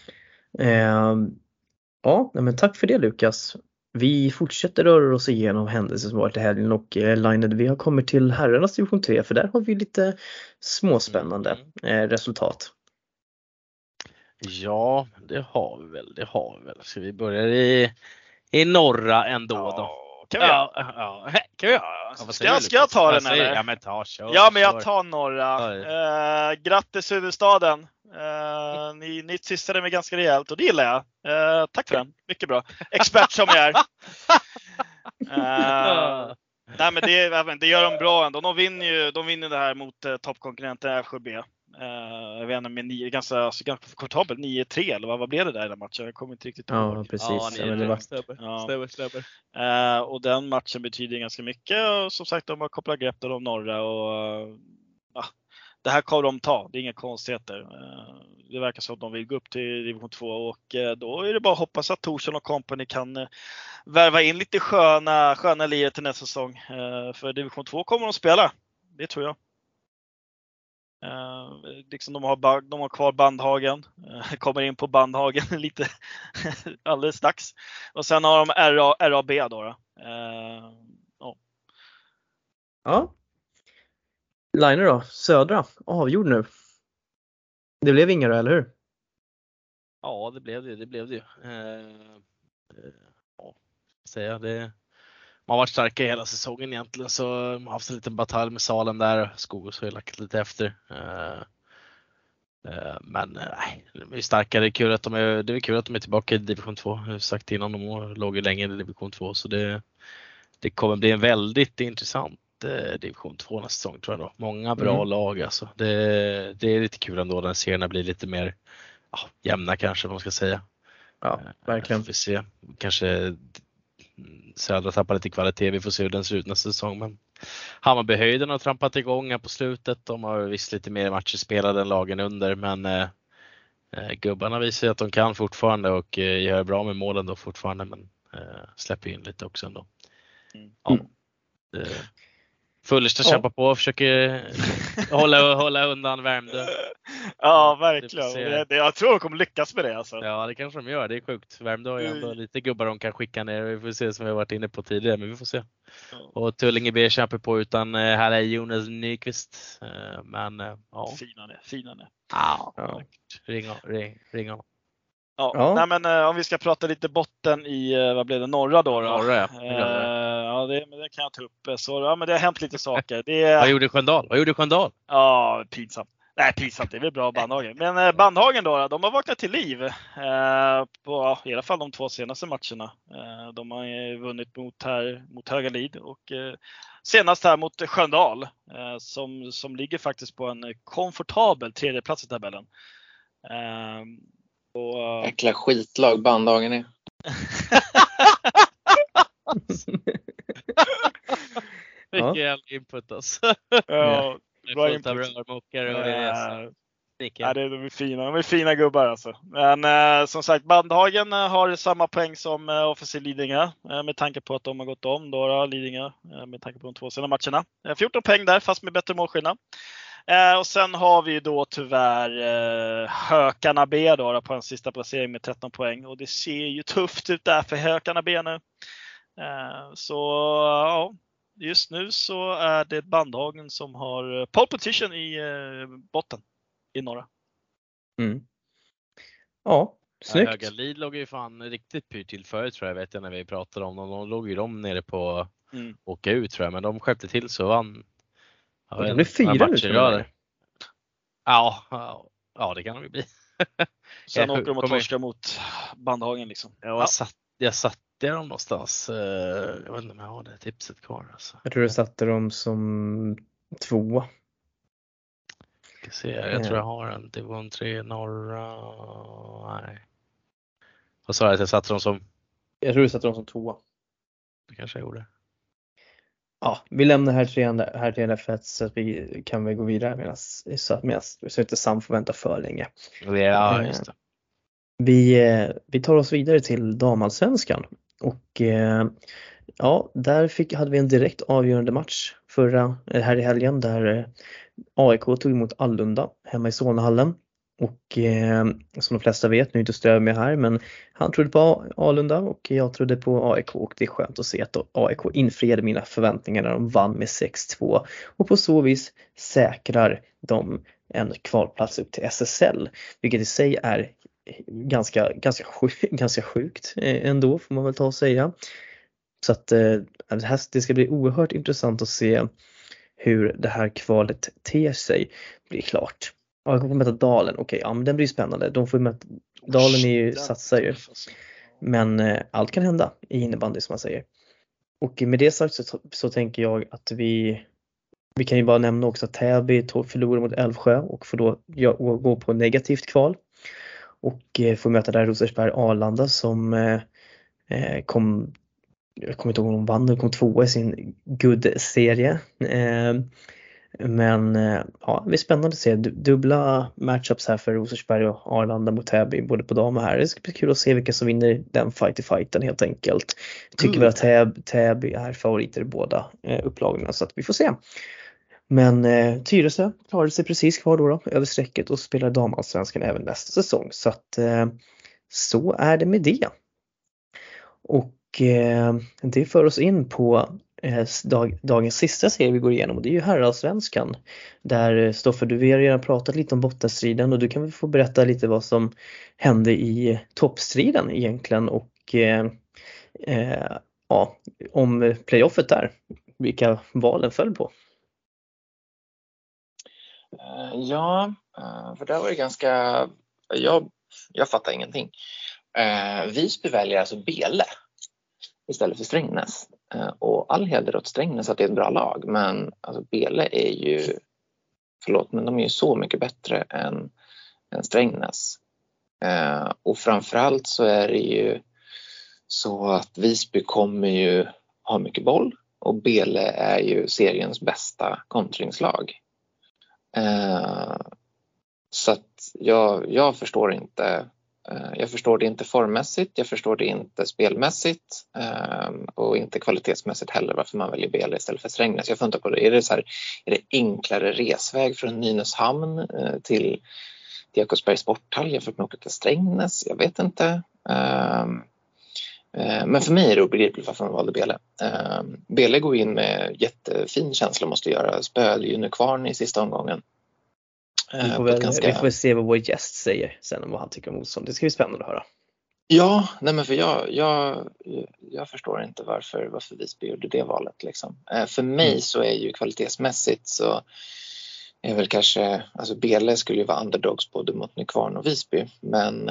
Ja, men tack för det Lukas. Vi fortsätter röra oss igenom händelser som varit i helgen och Lined. Vi har kommit till herrarnas division tre för där har vi lite småspännande mm. resultat. Ja, det har vi väl. Det har vi väl. Ska vi börja i, i norra ändå ja. då? Kan vi ja, ja. Kan vi ja, ska, jag, ska jag ta den eller? Ja men ta kör, Ja men jag tar norra. Eh, grattis huvudstaden. Eh, ni, ni tystade mig ganska rejält och det gillar jag. Eh, tack för den. Mycket bra. Expert som jag är. Eh, nej men det, det gör de bra ändå. De vinner ju de vinner det här mot eh, toppkonkurrenten Älvsjö B. Uh, jag vet inte, med nio, ganska, alltså, ganska komfortabelt nio tre eller vad, vad blev det där i den matchen? Jag kommer inte riktigt ihåg. Ja, precis. Ja, ja, det var... stämmer, ja. stämmer, stämmer. Uh, och den matchen betyder ganska mycket. Och som sagt, de har kopplat grepp av de norra och uh, uh, det här kommer de ta. Det är inga konstigheter. Uh, det verkar som att de vill gå upp till division två och uh, då är det bara att hoppas att Torsson och company kan uh, värva in lite sköna, sköna liret till nästa säsong. Uh, för division två kommer de spela. Det tror jag. Uh, liksom de, har, de har kvar Bandhagen, uh, kommer in på Bandhagen lite alldeles dags. Och sen har de R A, R A B då. då. Uh, oh. Ja. Liner då, södra, avgjord nu. Det blev inga då, eller hur? Ja, det blev det, det blev det ju. Uh, uh, ja, säga det. Man har varit starka hela säsongen egentligen så man har haft en liten batalj med Salem där. Skogås har ju lagt lite efter. Uh, uh, men nej, uh, de är starka. Det är kul att de är, det är kul att de är tillbaka i division två. Jag har sagt innan, de låg ju länge i division två så det, det kommer bli en väldigt intressant uh, division två nästa säsong tror jag då. Många bra mm. lag alltså. Det, det är lite kul ändå när serierna blir lite mer uh, jämna kanske man ska säga. Ja, verkligen. Uh, vi se kanske Södra tappar lite kvalitet, vi får se hur den ser ut nästa säsong. Men Hammarbyhöjden har trampat igång här på slutet. De har visst lite mer matcher spelade än lagen under. Men eh, gubbarna visar att de kan fortfarande och eh, gör bra med målen då fortfarande. Men eh, släpper in lite också ändå. Mm. Ja, det, Fullsta Ja. kämpar på och försöker hålla, hålla undan Värmdö. Ja, Ja, verkligen. vi får se. Det, det, jag tror de kommer lyckas med det. Alltså. Ja, det kanske de gör. Det är sjukt. Värmdö har ju ändå Mm. lite gubbar de kan skicka ner. Vi får se, som vi har varit inne på tidigare, men vi får se. Ja. Och Tullinge B kämpar på utan eh, här är Jonas Nyqvist. Eh, men eh, ja. Finare, finare. Ja. Ja. Ring, ring, ring honom. Ja, Ja. Nej, men eh, om vi ska prata lite botten i, eh, vad blev det, norra då? då? Norra, ja. Det Eh, glömde ja, det, men det kan jag ta upp. Så, ja, men det har hänt lite saker. Det Vad är, gjorde Sköndal? Vad gjorde Sköndal? ja, pinsamt. Nej, pinsamt, det är väl bra Bandhagen. Men eh, Bandhagen då, de har vaknat till liv. Eh, på ja, i alla fall de två senaste matcherna. Eh, de har ju vunnit mot, här, mot Högalid och eh, senast här mot Sköndal. Eh, som, som ligger faktiskt på en komfortabel tredje plats i tabellen. Eh, och, Jäkla skitlag Bandhagen är. Vilken Ja. jävla input alltså. ja, Det är bra fullt av input. rörmokare och det är Eh, så. Ja, det är, de är fina. De är fina gubbar alltså. Men eh, som sagt, Bandhagen eh, har samma poäng som eh, F C Lidingö. Eh, med tanke på att de har gått om då, då Lidingö. Eh, med tanke på de två senaste matcherna. Eh, fjorton poäng där, fast med bättre målskillnad. Eh, och sen har vi då tyvärr eh, Hökarna B då, då på en sista placering med tretton poäng. Och det ser ju tufft ut där för Hökarna B nu. Eh, så ja, just nu så är det Bandhagen som har eh, pole position i eh, botten. I norra. Mm. Ja, Ja, snyggt. Högalid låg ju fan riktigt pyrt till förut tror jag, vet jag när vi pratade om dem. De låg ju de nere på Mm. åka ut tror jag, men de skärpte till så vann. Och de blev fyra nu, tror jag. jag. Ja, ja, ja, det kan de ju bli. Sen Jag åker de och kommer- torskar mot Bandhagen liksom. Jag, Ja. satt, jag satte dem någonstans. eh, Jag vet inte om jag har det tipset kvar. Alltså. Jag tror du satte dem som två. Ska se, jag tror jag har en division tre norra. Nej. Vad sa jag att jag satte dem som? Jag tror du satte dem som två. Det kanske jag gjorde. Ja, vi lämnar här trean här till F ett så att vi kan vi gå vidare medan så att medan, så inte Sam får vänta för länge. Ja, Eh, just det. Vi, eh, vi tar oss vidare till damallsvenskan och eh, ja, där fick, hade vi en direkt avgörande match förra eh, här i helgen där eh, A I K tog emot Allunda hemma i Solnahallen. Och eh, som de flesta vet, nu är inte Ström med här, men han trodde på Allunda och jag trodde på A I K och det är skönt att se att A I K infriade mina förväntningar när de vann med sex två och på så vis säkrar de en kvalplats upp till S S L, vilket i sig är ganska, ganska, sjuk, ganska sjukt eh, ändå får man väl ta och säga. Så att eh, det ska bli oerhört intressant att se hur det här kvalet ter sig blir klart. Ja, jag kommer möta Dalen. Okej, okay, ja men den blir spännande. De får möta, Dalen är ju, satsar ju. Men eh, allt kan hända i innebandy som man säger. Och med det sagt så, så tänker jag att vi vi kan ju bara nämna också att Täby förlorar mot Älvsjö och får då gå på negativt kval. Och eh, får möta där Rosersberg Arlanda som eh, kom jag kommer inte ihåg om de vann, de kom tvåa i sin Good-serie. Eh, Men ja, det är spännande att se dubbla matchups här för Rosersberg och Arlanda mot Täby både på dam och här. Det ska bli kul att se vilka som vinner den fight-i-fighten helt enkelt. Jag tycker väl att Täby, Täby är favoriter i båda eh, upplagorna så att vi får se. Men eh, Tyresö klarade sig precis kvar då, då över strecket och spelar damallsvenskan även nästa säsong. Så att eh, så är det med det. Och eh, det för oss in på Dag, dagens sista serie vi går igenom och det är ju herrallsvenskan där Stoffer, du har redan pratat lite om bottenstriden och du kan väl få berätta lite vad som hände i toppstriden egentligen och eh, eh, ja, om playoffet där, vilka valen föll på. Ja, för det var det ganska, jag, jag fattar ingenting. Visby väljer alltså Bele istället för Strängnäs. Och all heder åt Strängnäs att det är ett bra lag. Men alltså Bele är ju, förlåt, men de är ju så mycket bättre än, än Strängnäs. Eh, och framförallt så är det ju så att Visby kommer ju ha mycket boll. Och Bele är ju seriens bästa kontringslag. Eh, så att jag, jag förstår inte. Jag förstår det inte formmässigt, jag förstår det inte spelmässigt och inte kvalitetsmässigt heller varför man väljer Bele istället för Strängnäs. Jag funderar på det, är det, så här, är det enklare resväg från Nynäshamn till Jakobsbergs sporthall jämfört med att åka till Strängnäs? Jag vet inte. Men för mig är det obegripligt varför man valde Bele. Bele går in med jättefin känsla, måste göra. Spöade ju Nykvarn i sista omgången. Vi får, väl, ganska... vi får se vad vår gäst säger sen om vad han tycker om motstånd. Det ska bli spännande att höra. Ja, nej men för jag, jag, jag förstår inte varför, varför Visby gjorde det valet. Liksom. För mig mm. så är ju kvalitetsmässigt så är väl kanske, alltså Bele skulle ju vara underdogs både mot Nykvarn och Visby. Men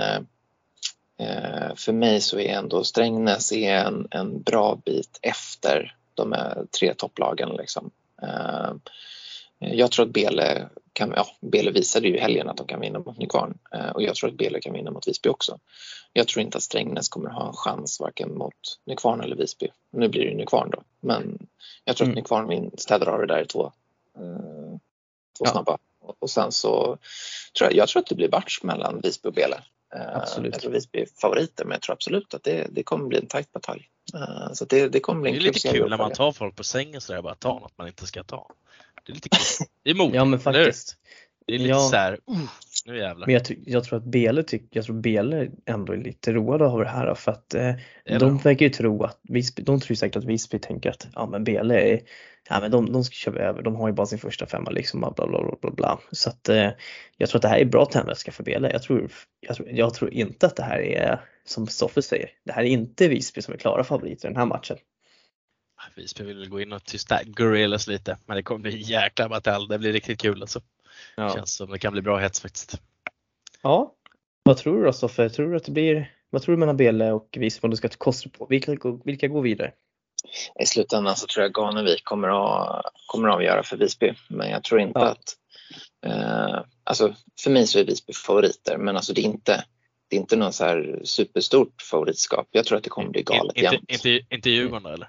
eh, för mig så är ändå Strängnäs är en, en bra bit efter de här tre topplagen. Liksom. Eh, jag tror att Bele kan, ja, Bele visade ju i helgen att de kan vinna mot Nykvarn. Eh, och jag tror att Bele kan vinna mot Visby också. Jag tror inte att Strängnäs kommer ha en chans varken mot Nykvarn eller Visby. Nu blir det ju Nykvarn då. Men jag tror mm. att Nykvarn städar av det där i två, eh, två ja. snabba. Och, och sen så tror jag, jag tror att det blir match mellan Visby och Bele. Eh, absolut. Jag tror Visby är favoriter, men jag tror absolut att det, det kommer bli en tajt batalj. Eh, så det, det kommer bli en det är lite kul när man tar folk på sängen så där bara tar något man inte ska ta. Det är lite kul. Det är modigt. Ja, men faktiskt. Det är lite ja. så här, uh, nu jävlar. Men jag, ty- jag tror att Bele tycker, jag tror Bele ändå är lite roade av det här för att eh, de verkar ju tro att Visby, de tror säkert att Visby tänker att ja men Bele är, ja men de, de ska köra över, de har ju bara sin första femma liksom bla bla bla bla bla. Så att eh, jag tror att det här är bra tändvätska för Bele. Jag tror, jag tror, jag tror inte att det här är som Stoffe säger. Det här är inte Visby som är klara favoriter i den här matchen. Visby vill gå in och tysta Gorillas lite, men det kommer bli jäkla batall. Det blir riktigt kul alltså. Ja. Känns som det kan bli bra hets faktiskt. Ja, vad tror du då Stoffe? Tror du att det blir, vad tror du mellan Bele och Visby om du ska kosta på? Vilka, vilka går vidare? I slutändan så tror jag Garnevik kommer att, kommer att avgöra för Visby. Men jag tror inte ja. att, eh, alltså för mig så är Visby favoriter, men alltså det är inte, det är inte någon så här superstort favoritskap. Jag tror att det kommer bli galet jämnt. Inte, inte, inte Djurgården eller?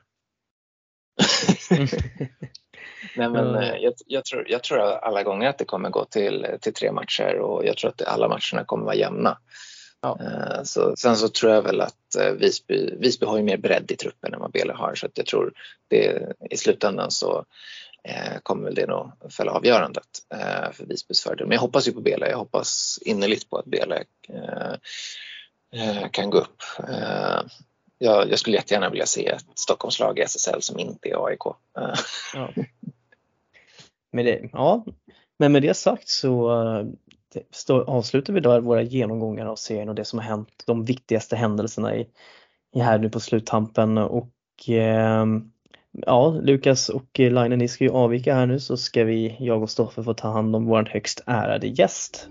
Nej, men mm. jag, jag, tror, jag tror alla gånger att det kommer gå till, till tre matcher och jag tror att alla matcherna kommer vara jämna. Ja. Så, sen så tror jag väl att Visby, Visby har ju mer bredd i truppen än vad Bele har, så att jag tror det, i slutändan så eh, kommer väl det nog fälla avgörandet eh, för Visbys fördel. Men jag hoppas ju på Bele, jag hoppas innerligt på att Bele eh, eh, kan gå upp. Eh, Jag, jag skulle jättegärna vilja se ett Stockholmslag i S S L som inte är A I K. Ja. Med det, ja. Men med det sagt så stå, avslutar vi då våra genomgångar av serien och det som har hänt, de viktigaste händelserna i, i här nu på sluttampen. Och eh, ja, Lukas och Laine, ni ska ju avvika här nu, så ska vi, jag och Stoffe, få ta hand om vår högst ärade gäst.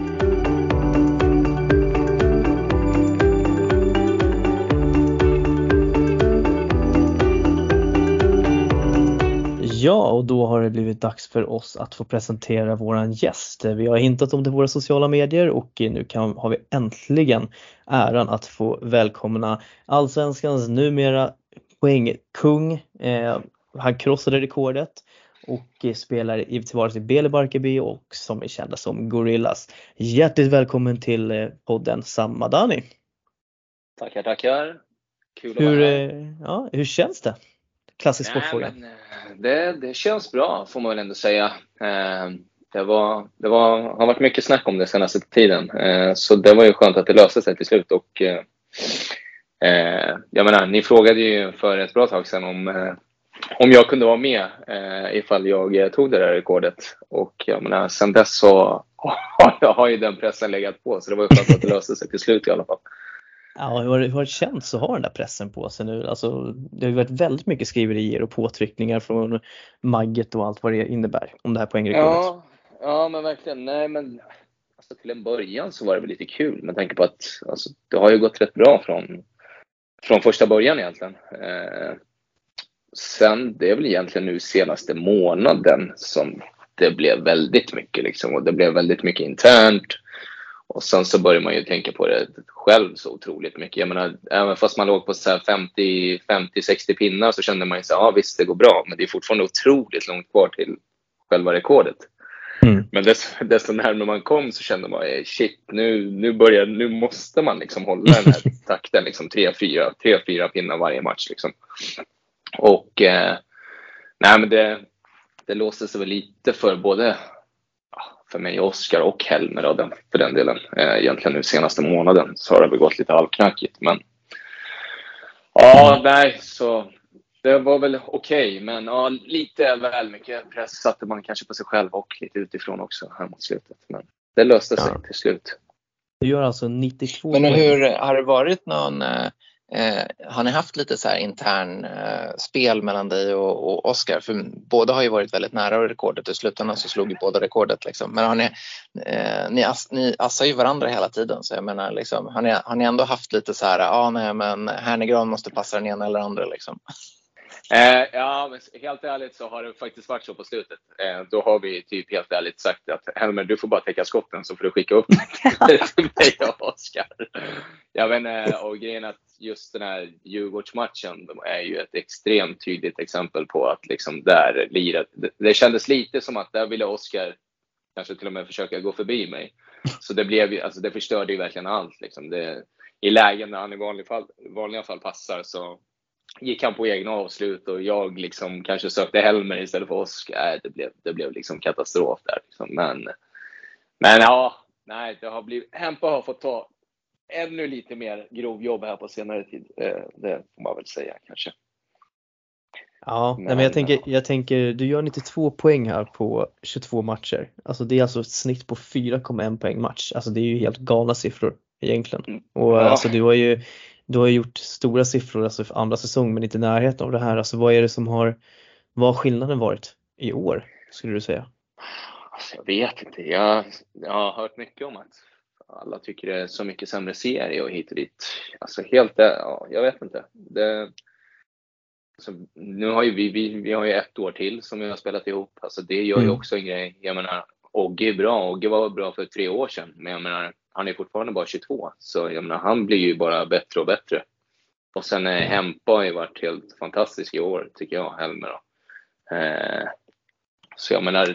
Ja, och då har det blivit dags för oss att få presentera våran gäst. Vi har hintat om det i våra sociala medier och nu kan, har vi äntligen äran att få välkomna Allsvenskans numera poängkung. Eh, han krossade rekordet och spelar i till vardags i Bele Barkarby och som är kända som Gorillas. Hjärtligt välkommen till podden Sam Madani. Tackar, tackar. Kul att hur, vara här. Ja, hur känns det? Klassisk sportfråga. Det, det känns bra, får man väl ändå säga. Det, var, det var, har varit mycket snack om det senaste tiden. Så det var ju skönt att det löste sig till slut. Och, jag menar, ni frågade ju för ett bra tag sedan om, om jag kunde vara med ifall jag tog det där rekordet. Och jag menar, sen dess så har jag ju den pressen legat på. Så det var ju skönt att det löste sig till slut i alla fall. Ja, hur har det, hur har det känts att ha den där pressen på sig nu? Alltså, det har varit väldigt mycket skriverier och påtryckningar från Magget och allt vad det innebär om det här poängrekordet. Ja, ja men verkligen. Nej, men alltså, till en början så var det väl lite kul med tanke på att alltså, det har ju gått rätt bra från, från första början egentligen. Eh, sen, det är väl egentligen nu senaste månaden som det blev väldigt mycket liksom, och det blev väldigt mycket internt. Och sen så börjar man ju tänka på det själv så otroligt mycket. Jag menar, även fast man låg på så här femtio sextio pinnar så kände man ju så ja visst det går bra. Men det är fortfarande otroligt långt kvar till själva rekordet. Mm. Men desto, desto närmare man kom så kände man, shit, nu, nu, börjar, nu måste man liksom hålla den här takten, liksom tre, fyra, tre, fyra pinnar varje match. Liksom. Och eh, nej, men det, det låste sig väl lite för både för mig, Oskar och Helmer och den, för den delen. Eh, egentligen nu senaste månaden så har det väl gått lite halvknackigt. Men ja, mm. nej, så det var väl okej. Okay, men ja, lite väl mycket press satte man kanske på sig själv och lite utifrån också här mot slutet. Men det löste sig ja. till slut. Du gör alltså nittiotvå. Men hur har det varit någon... Eh, har ni haft lite så här intern eh, spel mellan dig och, och Oskar? För båda har ju varit väldigt nära rekordet. I slutändan så slog ju båda rekordet liksom. Men har ni, eh, ni, ass, ni assar ju varandra hela tiden. Så jag menar liksom, har ni, har ni ändå haft lite så här, ja ah, nej men Hernegran måste passa den ena eller andra liksom? Eh, ja, men helt ärligt så har det faktiskt varit så på slutet. Eh, då har vi typ helt ärligt sagt att Helmer, du får bara täcka skotten så får du skicka upp till mig och Oskar. Jag vet inte, och grejen att just den här Djurgårdsmatchen är ju ett extremt tydligt exempel på att liksom där lirat, det, det kändes lite som att där ville Oskar kanske till och med försöka gå förbi mig. Så det blev ju, alltså det förstörde ju verkligen allt liksom. Det, i lägen där han i vanliga fall, vanliga fall passar så gick han på egna avslut och jag liksom kanske sökte Helmer istället för Oskar. Det blev, det blev liksom katastrof där liksom. Men, men ja, nej, det har blivit, Hempa har fått ta ännu lite mer grov jobb här på senare tid. Det får man väl säga kanske. Ja, men, nej, men jag, tänker, jag tänker, du gör nittiotvå poäng här på tjugotvå matcher. Alltså det är alltså ett snitt på fyra komma en poäng match. Alltså det är ju helt galna siffror egentligen. Och ja. alltså du har ju du har gjort stora siffror alltså för andra säsong men inte i närheten av det här. Alltså vad är det som har, vad har skillnaden varit i år skulle du säga? Alltså, jag vet inte. Jag, jag har hört mycket om att alla tycker det är så mycket sämre serie och hit och dit. Alltså helt, ja, jag vet inte. Det, alltså, nu har ju vi, vi, vi har ju ett år till som vi har spelat ihop. Alltså det gör ju mm. också en grej. Jag menar, Ogge är bra. Ogge var bra för tre år sedan. Men jag menar, han är fortfarande bara tjugotvå. Så jag menar, han blir ju bara bättre och bättre. Och sen är Hempa har ju varit helt fantastisk i år, tycker jag, Helmer då. Eh, så jag menar,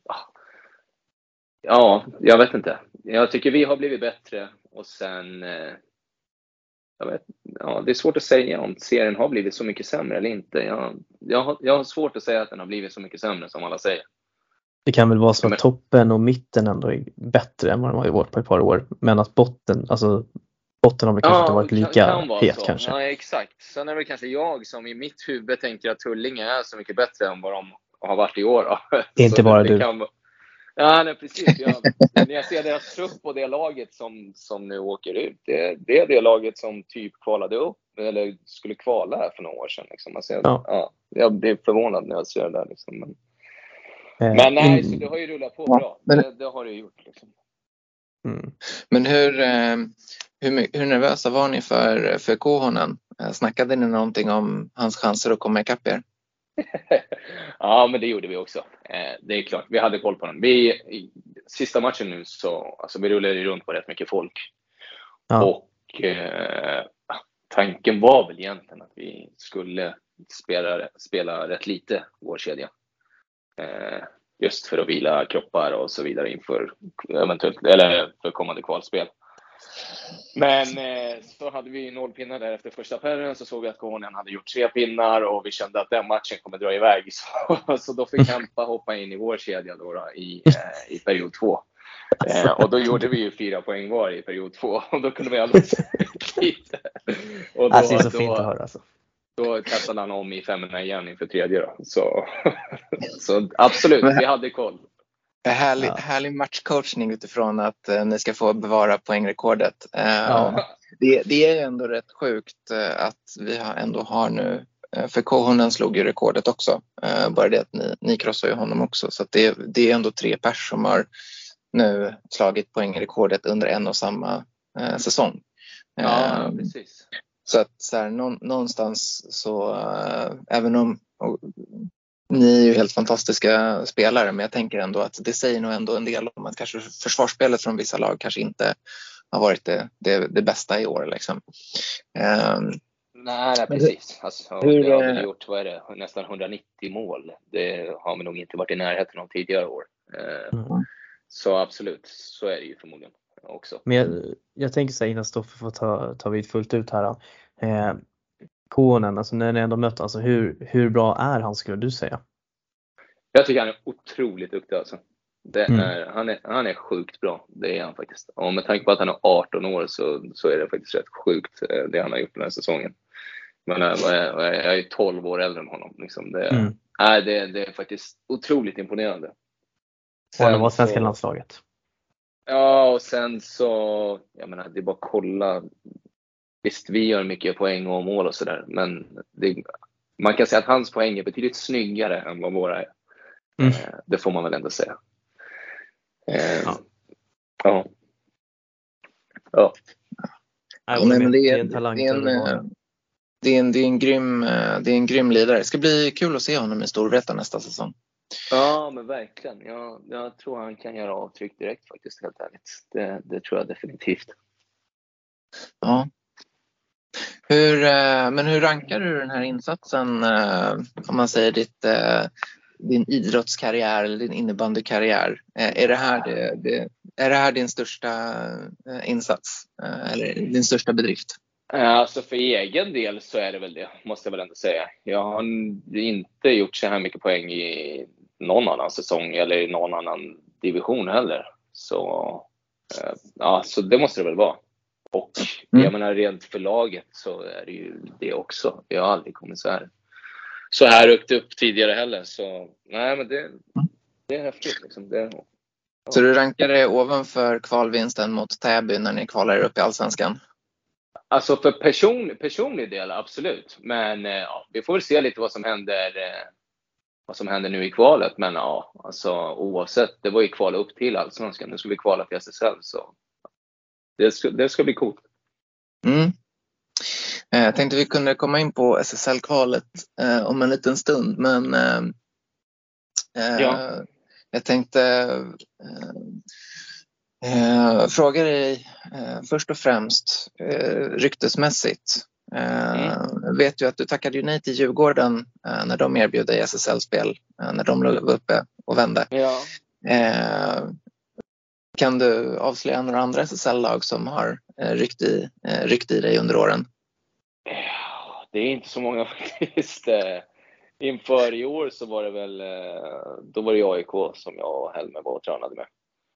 ja, jag vet inte. Jag tycker vi har blivit bättre. Och sen, eh, jag vet, ja, det är svårt att säga om serien har blivit så mycket sämre eller inte. Jag, jag, har, jag har svårt att säga att den har blivit så mycket sämre som alla säger. Det kan väl vara så att toppen och mitten ändå är bättre än vad de har varit på ett par år. Men att botten, alltså botten har väl kanske ja, inte varit lika kan, kan het så. kanske. Ja, exakt. Sen är det kanske jag som i mitt huvud tänker att Tullinge är så mycket bättre än vad de har varit i år. Då. Det är inte bara du. Kan... Ja, nej, precis. Jag, när jag ser deras trupp och det laget som, som nu åker ut. Det, det är det laget som typ kvalade upp. Eller skulle kvala här för några år sedan. Liksom. Alltså, jag, ja. Ja, jag blir förvånad när jag ser det där. Liksom. Men... Men nej, så det har ju rullat på bra. Ja, men... det, det har det gjort. Liksom. Mm. Men hur, hur, hur nervösa var ni för, för Kohonen? Snackade ni någonting om hans chanser att komma ikapp er? Ja, men det gjorde vi också. Det är klart, vi hade koll på den. Vi, i sista matchen nu så alltså, vi rullade runt på rätt mycket folk. Ja. Och eh, tanken var väl egentligen att vi skulle spela, spela rätt lite vår kedja. Just för att vila kroppar och så vidare inför eventuellt eller för kommande kvalspel. Men så hade vi noll pinnar där efter första perioden, så såg vi att Kohonen hade gjort tre pinnar och vi kände att den matchen kommer dra iväg. Så, så då fick Hempa hoppa in i vår kedja då, då i, i period två. Och då gjorde vi ju fyra poäng var i period två och då kunde vi alldeles lite. Och då, alltså, det är så fint att höra alltså. Då kastade han om i femmorna igen inför tredje då. Så, så absolut, vi hade koll. Härlig, ja. härlig matchcoachning utifrån att uh, ni ska få bevara poängrekordet. Uh, ja. det, det är ju ändå rätt sjukt uh, att vi har, ändå har nu, uh, för Kohonen slog ju rekordet också. Uh, bara det att ni, ni krossar ju honom också. Så att det, det är ändå tre pers som har nu slagit poängrekordet under en och samma uh, säsong. Ja, uh, precis. Så att så här, någonstans så, äh, även om och, ni är ju helt fantastiska spelare, men jag tänker ändå att det säger nog ändå en del om att kanske försvarsspelet från vissa lag kanske inte har varit det, det, det bästa i år. Liksom. Um, Nej, nej precis. Alltså, hur, det har väl gjort, vad är det, nästan hundranittio mål. Det har vi nog inte varit i närheten av tidigare år. Mm. Så absolut, så är det ju förmodligen också. Men jag, jag tänker så här, innan Stoffer får ta, ta vid fullt ut här då. Eh, Konen, alltså när ni ändå mötte, alltså hur, hur bra är han, skulle du säga? Jag tycker han är otroligt duktig alltså. Det Mm. är, han, är, han är sjukt bra, det är han faktiskt. Och med tanke på att han är arton år så, så är det faktiskt rätt sjukt det han har gjort den här säsongen. Men jag är, jag är tolv år äldre än honom. Liksom. Det, Mm. nej, det, det är faktiskt otroligt imponerande. Och han var svenska så, landslaget. Ja, och sen så, jag menar, det är bara att kolla. Visst, vi gör mycket poäng och mål och sådär, men det, man kan säga att hans poäng är betydligt snyggare än vad våra är. Mm. Det får man väl ändå säga. Ja. Ja. Ja. Nej, Ja, men men det är, en talang det är en, för att vara. eh, det är en, det är en grym, eh, det är en grym ledare. Det ska bli kul att se honom i Storvreta nästa säsong. Ja, men verkligen. Jag, jag tror han kan göra avtryck direkt faktiskt, helt ärligt. Det, det tror jag definitivt. Ja. Hur, eh, men hur rankar du den här insatsen, eh, om man säger ditt, eh, din idrottskarriär eller din innebandykarriär? Eh, är, det här det, det, är det här din största eh, insats eh, eller din största bedrift? Alltså för egen del så är det väl det, måste jag väl ändå säga. Jag har inte gjort så här mycket poäng i någon annan säsong eller i någon annan division heller. Så, ja, så det måste det väl vara. Och Mm. jag menar, rent för laget så är det ju det också. Jag har aldrig kommit så här så här högt upp tidigare heller. Så nej, men det, det är häftigt liksom. Det, ja. Så du rankar det ovanför kvalvinsten mot Täby när ni kvalar upp i Allsvenskan? Alltså för person, personlig del, absolut. Men ja, vi får väl se lite vad som händer vad som händer nu i kvalet. Men ja, alltså oavsett, det var ju kval upp till Allsvenskan. Nu ska vi kvala till S S L, så det ska, det ska bli coolt. Mm. Jag tänkte vi kunde komma in på S S L-kvalet eh, om en liten stund, men eh, Ja. jag tänkte eh, eh, fråga dig eh, först och främst eh, ryktesmässigt. Eh, Mm. vet ju att du tackade ju nej till Djurgården eh, när de erbjöd dig S S L-spel, eh, när de var uppe och vände. Ja. Eh, kan du avslöja några andra S S L-lag som har eh, ryckt, i, eh, ryckt i dig under åren? Det är inte så många faktiskt. Inför i år så var det väl, då var det A I K som jag och Helmer var och tränade med.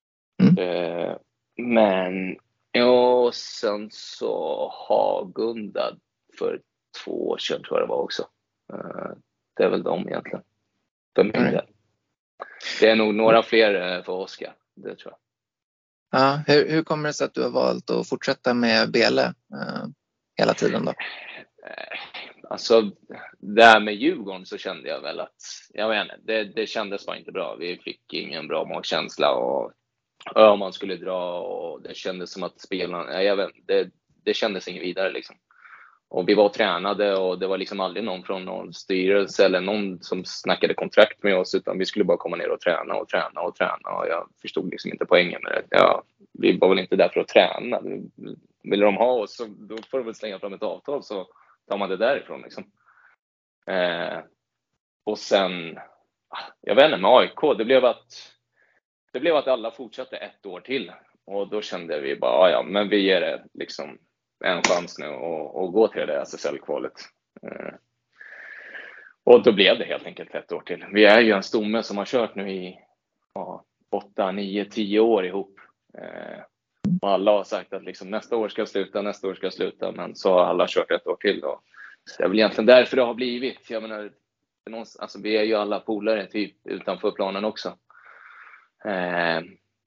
Mm. Men ja, sen så Hagunda för två år sedan tror jag det var också. Det är väl de egentligen. För min del. Det är nog några fler för Oskar, det tror jag. Ja, hur, hur kommer det sig att du har valt att fortsätta med Bele eh, hela tiden då? Alltså, där med Djurgården så kände jag väl att, jag vet inte, det, det kändes bara inte bra. Vi fick ingen bra magkänsla och ja, man skulle dra och det kändes som att spelarna, jag vet det, det kändes inget vidare liksom. Och vi var tränade och det var liksom aldrig någon från någon styrelse eller någon som snackade kontrakt med oss, utan vi skulle bara komma ner och träna och träna och träna och jag förstod liksom inte poängen med det. Ja, vi var väl inte där för att träna. Vill de ha oss så då får de väl slänga fram ett avtal, så tar man det därifrån liksom. Eh, och sen, jag vet inte, med A I K, det blev att det blev att alla fortsatte ett år till och då kände vi bara, ja men vi ger det liksom en chans nu och, och gå till det S S L-kvalet. Eh, och då blev det helt enkelt ett år till. Vi är ju en stomme som har kört nu i ja, åtta, nio, tio år ihop. Eh, och alla har sagt att liksom, nästa år ska jag sluta, nästa år ska jag sluta. Men så har alla kört ett år till. Och det är väl egentligen därför det har blivit. Jag menar, alltså, vi är ju alla polare typ utanför planen också. Eh,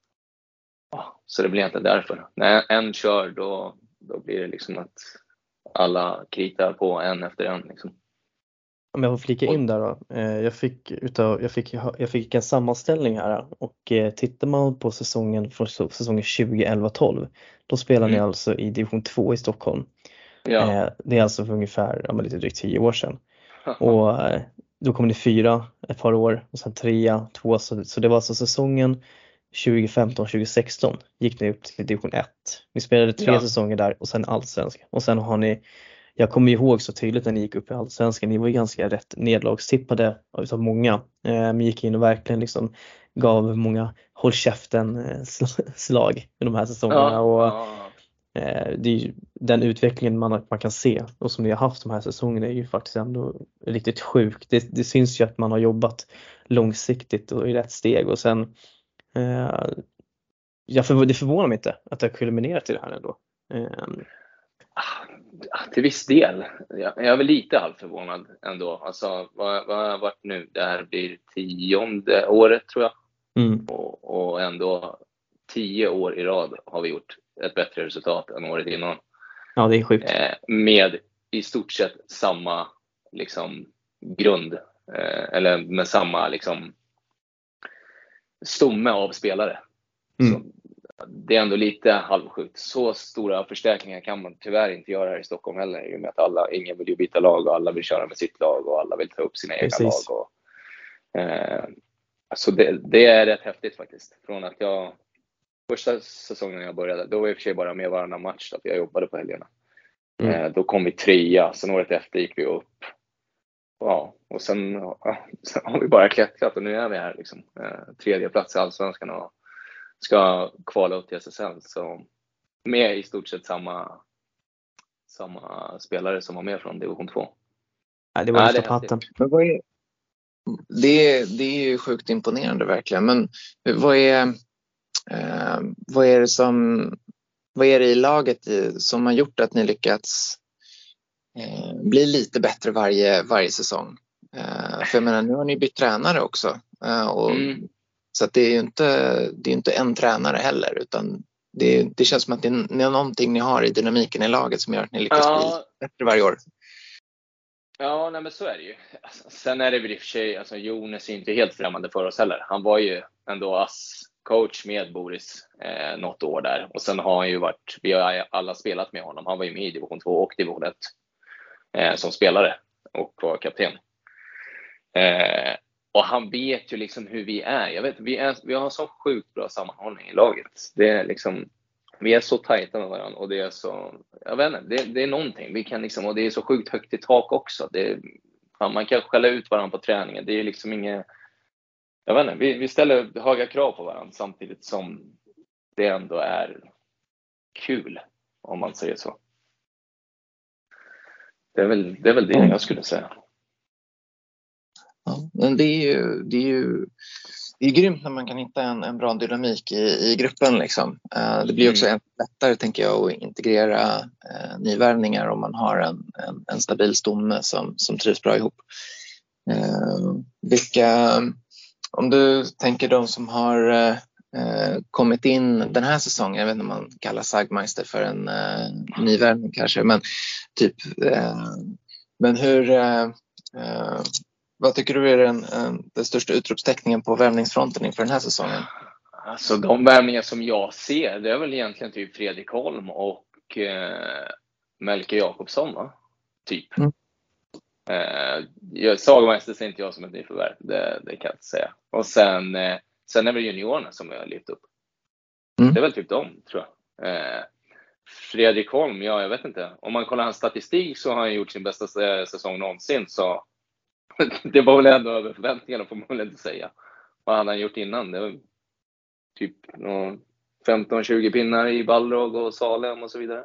så det blir egentligen därför. När en kör då, då blir det liksom att alla kritar på en efter en liksom. Om jag får flika in där då. Jag fick, utav, jag fick, jag fick en sammanställning här och tittar man på säsongen från säsongen tjugo elva tolv, då spelar mm. ni alltså i division två i Stockholm. Ja. Det är alltså för ungefär ja, lite drygt tio år sedan. Och då kom ni fyra ett par år och sen trea, två. Så, så det var alltså säsongen tjugo femton tjugo sexton gick ni upp till division ett. Ni spelade tre ja. säsonger där och sen allsvenska. Och sen har ni jag kommer ihåg så tydligt när ni gick upp i Allsvenskan, ni var ju ganska rätt nedlagstippade av många. Eh, men gick in och verkligen liksom gav många håll käften eh, slag i de här säsongerna. Ja, och ja. eh, det är ju, den utvecklingen man, man kan se och som ni har haft de här säsongerna är ju faktiskt ändå riktigt sjukt. Det, det syns ju att man har jobbat långsiktigt och i rätt steg, och sen eh, jag för, det förvånar mig inte att det har kulminerat till det här ändå. Eh, Ah, till viss del. Jag, jag är väl lite halvförvånad ändå. Alltså, vad, vad har jag varit nu? Det här blir tionde året tror jag. mm. Och, och ändå tio år i rad har vi gjort ett bättre resultat än året innan. Ja, det är sjukt. Eh, med i stort sett samma liksom, grund. Eh, eller med samma liksom, stomme av spelare. Mm. Så, det är ändå lite halvsjukt. Så stora förstärkningar kan man tyvärr inte göra här i Stockholm heller. I och med att alla, ingen vill ju byta lag och alla vill köra med sitt lag och alla vill ta upp sina Precis. egna lag. Och, eh, alltså det, det är rätt häftigt faktiskt. Från att jag, första säsongen jag började, då var jag i och för sig bara med varannan match. För jag jobbade på helgerna. Mm. Eh, då kom vi trea, sen året efter gick vi upp. Ja, och sen, ja, sen har vi bara klättrat och nu är vi här liksom. Eh, tredje plats i Allsvenskan och ska kvala upp till S S L, så med i stort sett samma samma spelare som var med från division två. Nej, det var Ja, lyfta det är på hatten. Men vad är, det, det är ju sjukt imponerande verkligen. Men vad är, eh, vad är det som vad är det i laget i, som har gjort att ni lyckats eh, bli lite bättre varje, varje säsong? Eh, för jag menar, nu har ni bytt tränare också. Eh, och, Mm. Så att det är ju inte, det är inte en tränare heller, utan det, det känns som att det är, det är någonting ni har i dynamiken i laget som gör att ni lyckas Ja. bli bättre varje år. Ja, nej, men så är det ju. Alltså, sen är det väl i och för sig, alltså Jonas är inte helt främmande för oss heller. Han var ju ändå ass-coach med Boris eh, något år där. Och sen har han ju varit, vi har alla spelat med honom. Han var ju med i division två och division ett eh, som spelare och var kapten. Eh, och han vet ju liksom hur vi är. Jag vet, vi, är, vi har så sjukt bra sammanhållning i laget. Det är liksom, vi är så tajta med varandra och det är så, jag vet inte, det, det är någonting. Vi kan liksom, och det är så sjukt högt i tak också. Det, fan, man kan skälla ut varandra på träningen. Det är liksom inget, jag vet inte, vi, vi ställer höga krav på varandra samtidigt som det ändå är kul, om man säger så. Det är väl det, är väl det jag skulle säga. Ja, men det är ju, det är ju det är grymt när man kan hitta en, en bra dynamik i, i gruppen liksom. Uh, det blir också mm. lättare, tänker jag, att integrera uh, nyvärvningar om man har en, en, en stabil stomme som, som trivs bra ihop. Uh, vilka, om du tänker de som har uh, kommit in den här säsongen, jag vet inte om man kallar Sagmeister för en uh, nyvärvning kanske, men typ uh, men hur uh, uh, vad tycker du är den, den största utropsteckningen på värvningsfronten inför den här säsongen? Alltså de värvningar som jag ser, det är väl egentligen typ Fredrik Holm och eh, Melke Jakobsson, va? Typ. Mm. Eh, Sagameister ser inte jag som ett nyförvärv, det, det kan jag inte säga. Och sen, eh, sen är det juniorerna som jag har lyft upp. Mm. Det är väl typ de, tror jag. Eh, Fredrik Holm, ja, jag vet inte. Om man kollar hans statistik så har han gjort sin bästa säsong någonsin, så det var väl ändå över förväntningarna, får man väl inte säga. Vad hade han gjort innan? Det var typ femton tjugo pinnar i Balrog och Salem och så vidare.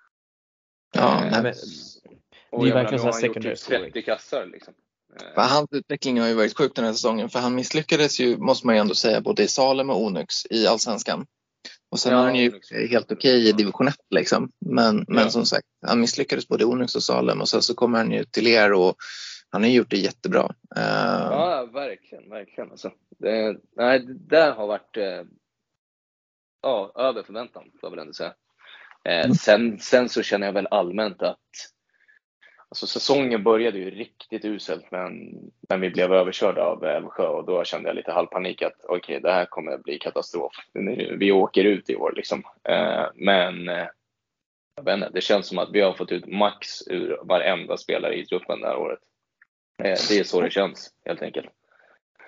Ja, nej, men och det är verkligen så här typ secondary trettio kassar liksom. För hans utveckling har ju varit sjukt den här säsongen, för han misslyckades ju, måste man ju ändå säga, både i Salem och Onyx i Allsvenskan. Och sen ja, har han ju Onyx helt okej okay i division ett liksom. Men, men ja. som sagt, han misslyckades både i Onyx och Salem, och sen så kommer han ju till er och han har gjort det jättebra. Uh... Ja, verkligen, verkligen. Alltså, det, nej, det där har varit eh, ja, över förväntan, får jag väl ändå säga. Eh, mm. sen, sen så känner jag väl allmänt att alltså, säsongen började ju riktigt uselt, men, men vi blev överkörda av Älvsjö och då kände jag lite halvpanik att okej, okay, det här kommer att bli katastrof. Vi åker ut i år liksom. Eh, men eh, jag vet inte, det känns som att vi har fått ut max ur varenda spelare i truppen det här året. Det är så det känns, helt enkelt.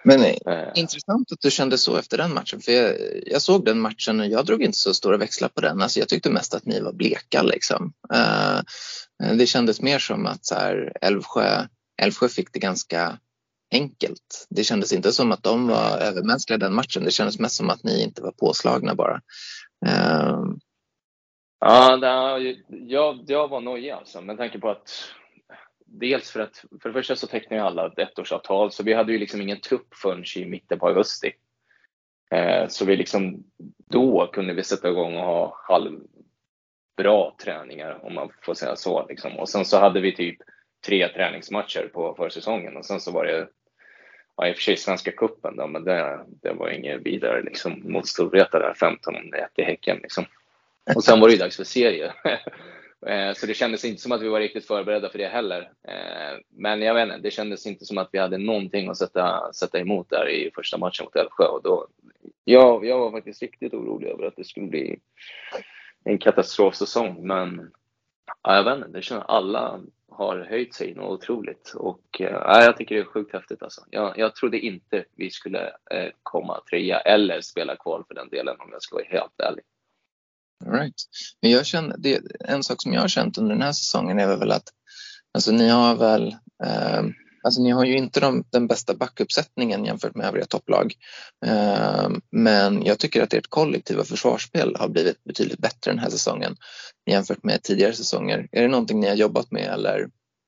Men eh, intressant att du kände så efter den matchen. För jag, jag såg den matchen och jag drog inte så stora växlar på den. Alltså jag tyckte mest att ni var bleka liksom. Eh, det kändes mer som att så här, Älvsjö, Älvsjö fick det ganska enkelt. Det kändes inte som att de var övermänskliga den matchen. Det kändes mest som att ni inte var påslagna bara. Eh. Ja, det, jag, jag var nöjd alltså. Men tanke på att dels för att för det första så tecknade ju alla ett ettårsavtal, så vi hade ju liksom ingen trupp förrän i mitten på augusti. Eh, så vi liksom då kunde vi sätta igång och ha halvbra träningar, om man får säga så liksom. Och sen så hade vi typ tre träningsmatcher på försäsongen, och sen så var det ja, i och för sig Svenska cupen då, men det, det var inget vidare liksom mot Storvreta där femton ett i Häcken liksom. Och sen var det ju dags för serie. Så det kändes inte som att vi var riktigt förberedda för det heller. Men jag vet inte, det kändes inte som att vi hade någonting att sätta, sätta emot där i första matchen mot Älvsjö. Och då, ja, jag var faktiskt riktigt orolig över att det skulle bli en katastrofsäsong. Men ja, jag vet inte, det känns att alla har höjt sig något otroligt. Och ja, jag tycker det är sjukt häftigt alltså. Jag, jag trodde inte vi skulle eh, komma trea eller spela kval för den delen, om jag ska vara helt ärlig. Right. Men jag känner, det, en sak som jag har känt under den här säsongen är väl att alltså ni har väl eh, alltså ni har ju inte de, den bästa backuppsättningen jämfört med övriga topplag, eh, men jag tycker att ert kollektiva försvarsspel har blivit betydligt bättre den här säsongen jämfört med tidigare säsonger. Är det någonting ni har jobbat med eller?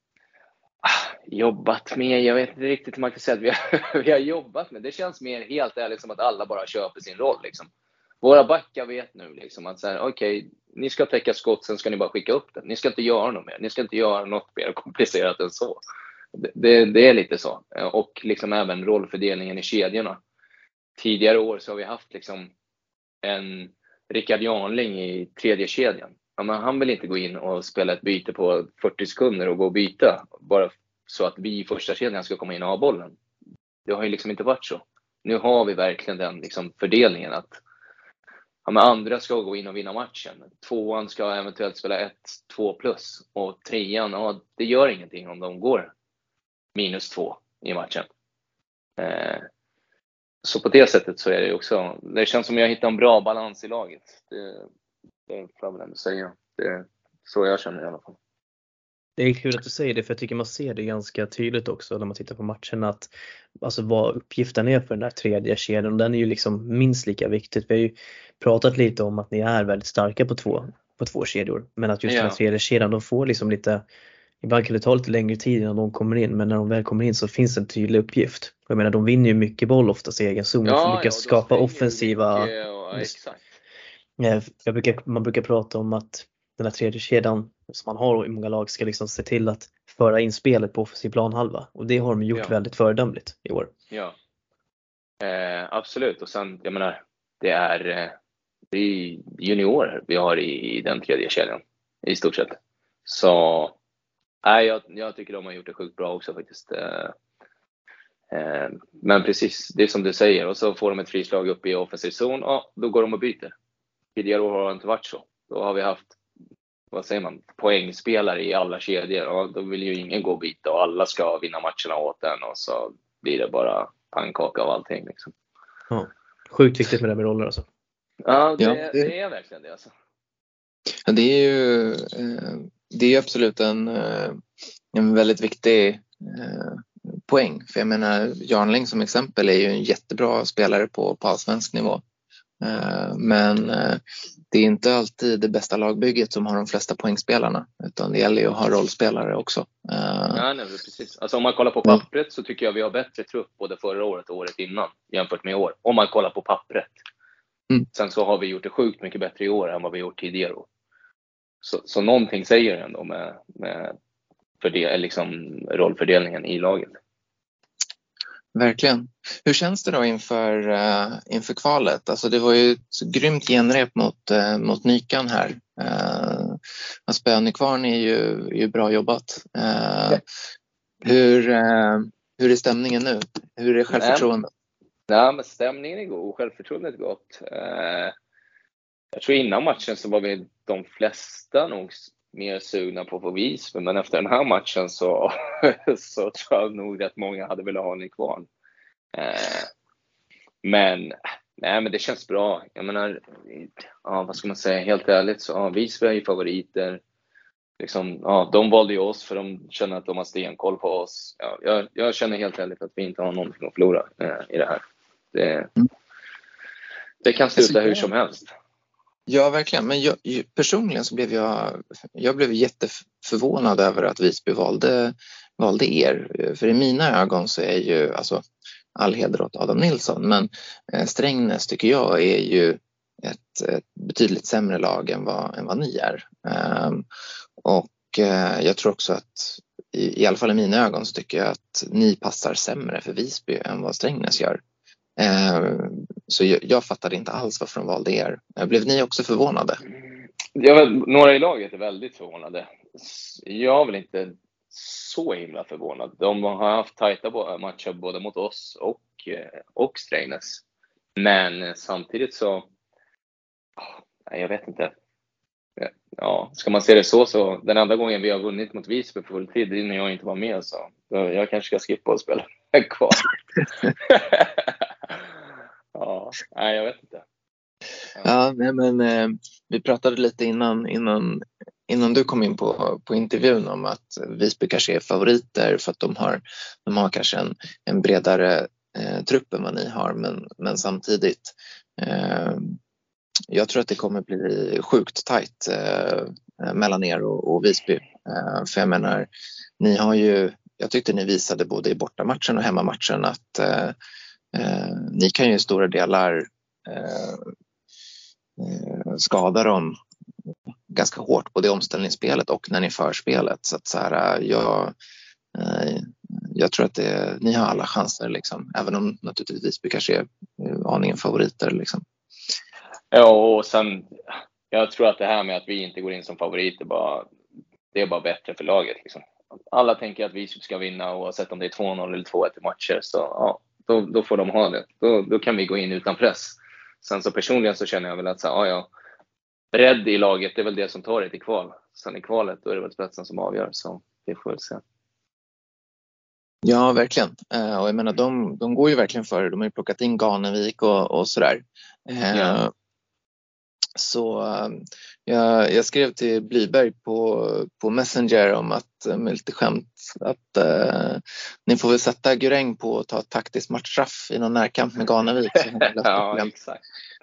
Jobbat med, jag vet inte riktigt om man kan säga att vi har, vi har jobbat med. Det känns mer helt ärligt som att alla bara köper sin roll liksom. Våra backar vet nu liksom att så här, okej, okay, ni ska täcka skott, sen ska ni bara skicka upp den. Ni ska inte göra något mer. Ni ska inte göra något mer komplicerat än så. Det, det, det är lite så. Och liksom även rollfördelningen i kedjorna. Tidigare år så har vi haft liksom en Rickard Janling i tredje kedjan. Ja, men han vill inte gå in och spela ett byte på fyrtio sekunder och gå och byta bara så att vi i första kedjan ska komma in och ha bollen. Det har ju liksom inte varit så. Nu har vi verkligen den liksom fördelningen att ja, men andra ska gå in och vinna matchen. Tvåan ska eventuellt spela ett, två plus. Och trean, ja, det gör ingenting om de går minus två i matchen. Eh, så på det sättet så är det också, det känns som jag hittar en bra balans i laget. Det, det får jag väl säga. Det är så jag känner i alla fall. Det är kul att du säger det, för jag tycker man ser det ganska tydligt också när man tittar på matchen, att alltså vad uppgiften är för den där tredje kedjan, och den är ju liksom minst lika viktigt. Vi har ju pratat lite om att ni är väldigt starka på två, på två kedjor, men att just ja. den här tredje kedjan, de får liksom lite, ibland kan det ta lite längre tid innan de kommer in, men när de väl kommer in så finns en tydlig uppgift. Jag menar, de vinner ju mycket boll oftast i egen zon, ja, och lyckas ja, skapa offensiva mycket, ja, exakt. Jag brukar, man brukar prata om att den här tredje kedjan som man har i många lag ska liksom se till att föra in spelet på offensiv planhalva. Och det har de gjort ja. väldigt föredömligt i år. Ja, eh, absolut. Och sen, jag menar, det är, det är juniorer vi har i, i den tredje kedjan i stort sett. Så eh, jag, jag tycker de har gjort det sjukt bra också faktiskt. Eh, eh, men precis, det är som du säger. Och så får de ett frislag upp i offensiv zon. Ja, då går de och byter. Tidigare år har det inte varit så. Då har vi haft, vad säger man, poängspelare i alla kedjor, och då vill ju ingen gå och byta och alla ska vinna matcherna åt den, och så blir det bara pannkaka av allting liksom. Ja, sjukt viktigt med det med roller alltså. Ja, det, ja, det... det är verkligen det alltså. Ja, det är ju det är absolut en, en väldigt viktig poäng, för jag menar, Janling som exempel är ju en jättebra spelare på, på allsvensk nivå. Men det är inte alltid det bästa lagbygget som har de flesta poängspelarna, utan det gäller ju att ha rollspelare också. Ja, nej, precis. Alltså om man kollar på pappret så tycker jag vi har bättre trupp både förra året och året innan jämfört med i år. Om man kollar på pappret. Mm. Sen så har vi gjort det sjukt mycket bättre i år än vad vi gjort tidigare år. Så, så någonting säger ändå med, med fördel, liksom rollfördelningen i laget. Verkligen. Hur känns det då inför, uh, inför kvalet? Alltså det var ju ett grymt genrep mot, uh, mot Nykan här. Uh, att spöa Nykvarn är ju, är ju bra jobbat. Uh, ja. hur, uh, hur är stämningen nu? Hur är självförtroendet? Nej, Nej men stämningen är god och självförtroendet är gott. Uh, jag tror innan matchen så var vi de flesta nog mer sugna på att få Visby, men efter den här matchen så, så tror jag nog att många hade velat ha Nykvarn. Eh, men, nej, men det känns bra. Jag menar, ja, vad ska man säga, helt ärligt så ja, Visby är ju favoriter. Liksom, ja, de valde ju oss för de känner att de har stenkoll på oss. Ja, jag, jag känner helt ärligt att vi inte har någonting att förlora eh, i det här. Det, det kan sluta hur som helst. Ja, verkligen. Men jag, personligen så blev jag, jag blev jätteförvånad över att Visby valde, valde er. För i mina ögon så är ju, alltså, all heder åt Adam Nilsson, men Strängnäs tycker jag är ju ett, ett betydligt sämre lag än vad, än vad ni är. Um, och uh, jag tror också att i, i alla fall i mina ögon så tycker jag att ni passar sämre för Visby än vad Strängnäs gör. Um, så jag, jag fattade inte alls varför de valde er. Blev ni också förvånade? Jag, några i laget är väldigt förvånade. Jag är väl inte så himla förvånad. De har haft tajta matcher både mot oss och, och Strängnäs. Men samtidigt så, jag vet inte. Ja, ska man se det så så den andra gången vi har vunnit mot Visby på full tid, det är när jag inte var med, så jag kanske ska skippa och spela kvar. Ja, nej, jag vet inte. Ja, ja nej, men eh, vi pratade lite innan innan innan du kom in på på intervjun om att Visby kanske är favoriter för att de har de har kanske en en bredare eh, trupp än vad ni har, men men samtidigt eh, jag tror att det kommer bli sjukt tajt eh, mellan er och, och Visby. Eh, för jag menar, ni har ju, jag tyckte ni visade både i bortamatchen och hemmamatchen att eh, eh, ni kan ju i stora delar eh, eh, skada dem ganska hårt både i omställningsspelet och när ni för spelet. Så att så här, jag, eh, jag tror att det, ni har alla chanser liksom, även om naturligtvis Visby kanske är aningen favoriter liksom. Ja, och sen jag tror att det här med att vi inte går in som favoriter bara, det är bara bättre för laget liksom. Alla tänker att vi ska vinna oavsett om det är två noll eller två ett i matcher, så ja, då, då får de ha det. Då, då kan vi gå in utan press. Sen så personligen så känner jag väl att så, ja, ja, bredd i laget, det är väl det som tar det till kval. Sen i kvalet då är det väl spetsen som avgör, så det får vi se. Ja, verkligen. Uh, och jag menar, de, de går ju verkligen för, de har ju plockat in Garnevik och, och sådär. Uh, ja. Så uh, jag, jag skrev till Blyberg på, på Messenger om att, med lite skämt, att uh, ni får väl sätta Guräng på att ta ett taktiskt matchstraff i någon närkamp med Garnevik. Ja, exakt.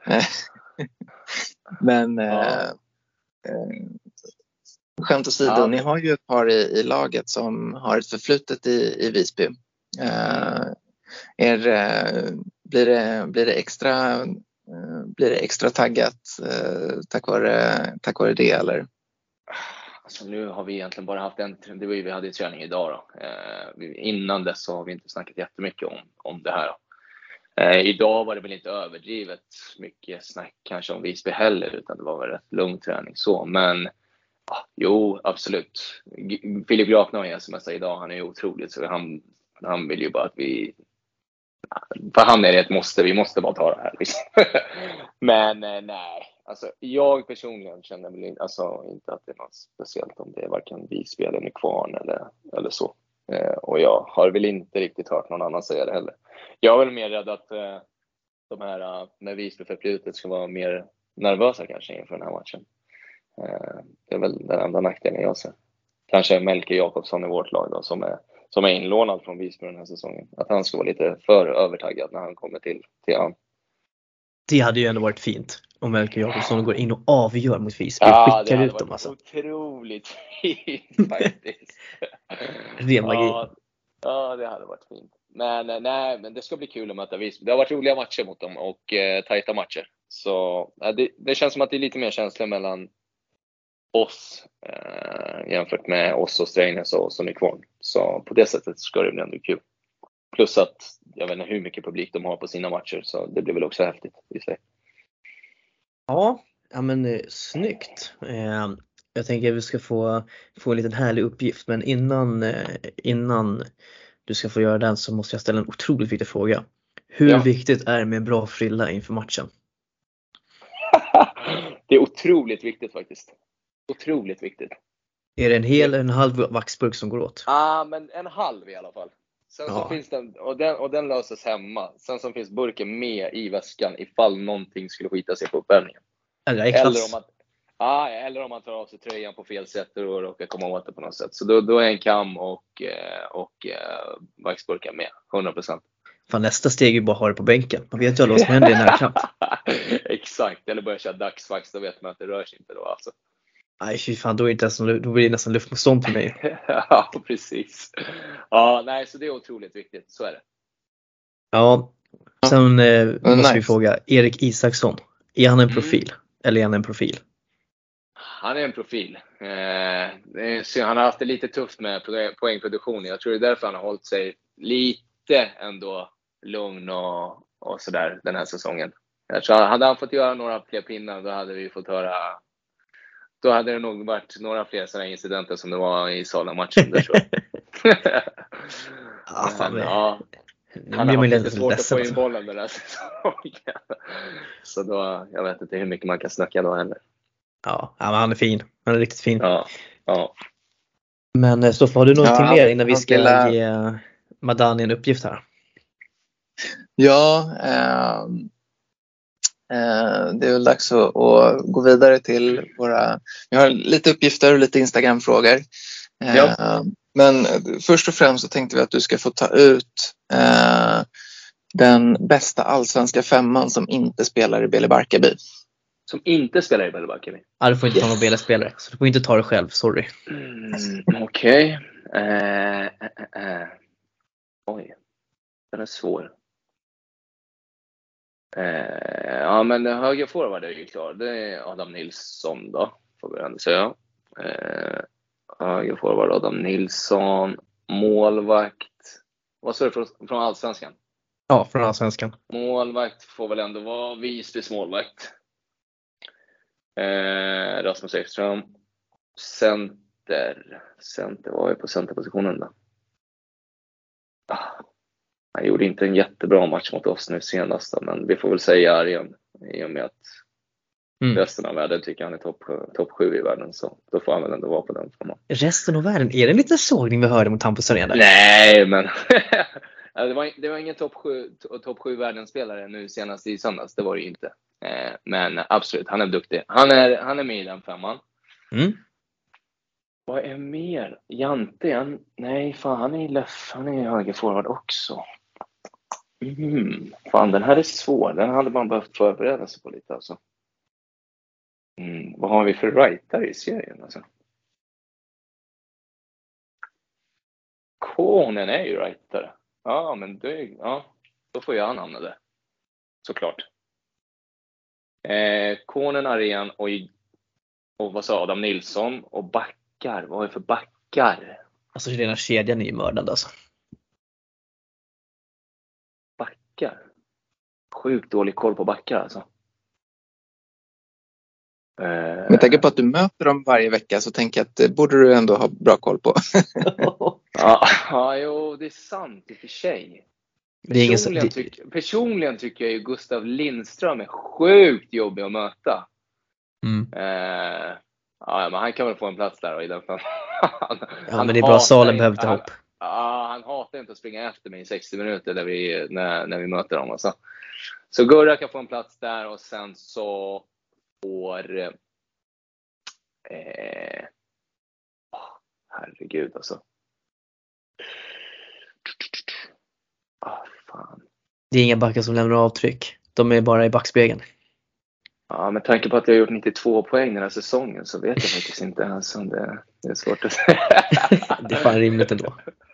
Men uh, ja. uh, skämt åsido, ja. Ni har ju ett par i, i laget som har ett förflutet i, i Visby. Uh, är, uh, blir, det, blir, det extra, uh, blir det extra taggat uh, tack, vare, tack vare det, eller? Alltså, nu har vi egentligen bara haft en, det var ju vi hade i träning idag då. Uh, innan dess så har vi inte snackat jättemycket om, om det här då. Uh, idag var det väl inte överdrivet mycket snack kanske om Visby heller, utan det var väl rätt lugn träning så, men ja, jo, absolut. Filip Grafner har smsat idag, han är ju otroligt, så han, han vill ju bara att vi, för han är det ett måste, vi måste bara ta det här liksom. Men nej, alltså jag personligen känner väl alltså, inte att det är något speciellt om det är varken Visby eller Nykvarn eller, eller så. Eh, och jag har väl inte riktigt hört någon annan säga det heller. Jag är väl mer rädd att eh, de här med Visby förflutet ska vara mer nervösa kanske inför den här matchen. Det är väl den enda nackdelen jag ser. Kanske Melke Jakobsson i vårt lag då, som är, som är inlånad från Visby den här säsongen. Att han ska vara lite för övertaggad när han kommer till, till han. Det hade ju ändå varit fint om Melke Jakobsson går in och avgör mot Visby. Ja, skickar det ut dem varit alltså. Otroligt fint faktiskt. Ren magi. Ja, ja, det hade varit fint. Men nej, men det ska bli kul att möta Visby. Det har varit roliga matcher mot dem och eh, tajta matcher. Så eh, det, det känns som att det är lite mer känsla mellan oss eh, jämfört med oss och Strängnäs och oss och Nykvarn. Så på det sättet ska det bli ändå kul. Plus att jag vet inte hur mycket publik de har på sina matcher, så det blir väl också häftigt i sig. Ja, ja men eh, snyggt. Eh, jag tänker att vi ska få, få en liten härlig uppgift, men innan, eh, innan du ska få göra den så måste jag ställa en otroligt viktig fråga. Hur Ja. viktigt är det med en bra frilla inför matchen? Det är otroligt viktigt faktiskt. Otroligt viktigt. Är det en hel eller en halv vaxburk som går åt? Ja, ah, men en halv i alla fall. Sen Ja. så finns den och, den, och den löses hemma. Sen så finns burken med i väskan ifall någonting skulle skita sig på uppvärmningen. Eller, är Eller klass. om att ja, eller om man tar av sig tröjan på fel sätt och råkar komma åt det på något sätt. Så då, då är en kam och, och eh, vaxburken med, hundra procent. Fan, nästa steg är ju bara att ha det på bänken. Man vet ju aldrig vad som händer i närkamp. Exakt, eller börja köra dagsvax, då vet man att det rör sig inte då alltså. Nej, fy fan, då, är det inte ens, då blir det nästan luftmotstånd för mig. Ja, precis. Ja, nej, så det är otroligt viktigt, så är det. Ja, sen eh, måste nice. vi fråga, Erik Isaksson, är han en profil? Mm. Eller är han en profil? Han är en profil. Eh, så han har haft det lite tufft med poängproduktion. Jag tror det är därför han har hållit sig lite ändå lugn och, och sådär den här säsongen. Jag tror, hade han fått göra några fler pinnar, då hade vi fått höra. Då hade det nog varit några fler sådana incidenter som det var i Sala-matchen. Där, tror jag. Ja, fan, men, ja. Han blir har man haft lite svårt att få in alltså. bollen den här säsongen. Så då, jag vet inte hur mycket man kan snacka då heller. Ja, men han är fin. Han är riktigt fin. Ja, ja. Men Stoffe, har du någonting Ja, mer innan vi ska lilla... ge Madani en uppgift här? Ja, eh, eh, det är väl dags att, att gå vidare till våra... Vi har lite uppgifter och lite Instagram-frågor. Eh, Ja. Men först och främst så tänkte vi att du ska få ta ut eh, den bästa allsvenska femman som inte spelar i Bele Barkarby. Som inte spelar i Bele Barkarby? Ja, du får inte Yes. ta någon Bele-spelare, så du får inte ta det själv, sorry. Mm, Okej. Okay. Eh, eh, eh. Oj, den är svår. Eh, ja, men höger forward är ju klar. Det är Adam Nilsson då, får vi ändå säga. Eh, höger forward Adam Nilsson. Målvakt. Vad sa du från, från allsvenskan? Ja, från allsvenskan. Målvakt får väl ändå vara Visbys målvakt. Eh, Rasmus Ekström. Center. Center, vad är på centerpositionen då? Ah, han gjorde inte en jättebra match mot oss nu senast, men vi får väl säga Arjen, i och med att mm. resten av världen tycker han är topp top sju i världen, så då får han väl ändå vara på den formen. Resten av världen? Är det en liten sågning vi hörde mot Hampus Arena? Nej, men det, var, det var ingen topp sju, top sju världsspelare nu senast i söndags, det var det ju inte. Eh, men absolut, han är duktig. Han är, han är med i den femman. Mm. Vad är mer? Jante, han, nej fan, han är i löff, han är i höger forward också. Mm. Fan, den här är svår. Den hade man behövt förbereda sig på lite alltså. Mm. Vad har vi för rightare i serien alltså? Konen är ju rightare. Ja, men det, ja, då får jag namna det. Såklart. Eh, Konen, Arjen och, och vad sa Adam Nilsson och backar. Vad är det för backar? Alltså den här kedjan är ju mördande alltså. Backar? Sjukt dålig koll på backar alltså. Eh, Med tanke på att du möter dem varje vecka så tänker jag att det borde du ändå ha bra koll på. ja, ja, jo, det är sant i och för sig. Personligen, tyck, personligen tycker jag ju Gustav Lindström är sjukt jobbig att möta. Mm. Eh, ja, men han kan väl få en plats där. Och i den han, ja, men det är bra. Salen behöver inte hopp. Ja, han hatar inte att springa efter mig i sextio minuter när vi, när, när vi möter dem. Alltså. Så Gurra kan få en plats där och sen så får... Eh, oh, herregud alltså. Oh, fan. Det är inga backar som lämnar avtryck. De är bara i backspegeln. Ja, med tanke på att jag har gjort nittiotvå poäng den här säsongen så vet jag faktiskt inte. Alltså, det, det är svårt att säga. Det är fan rimligt ändå.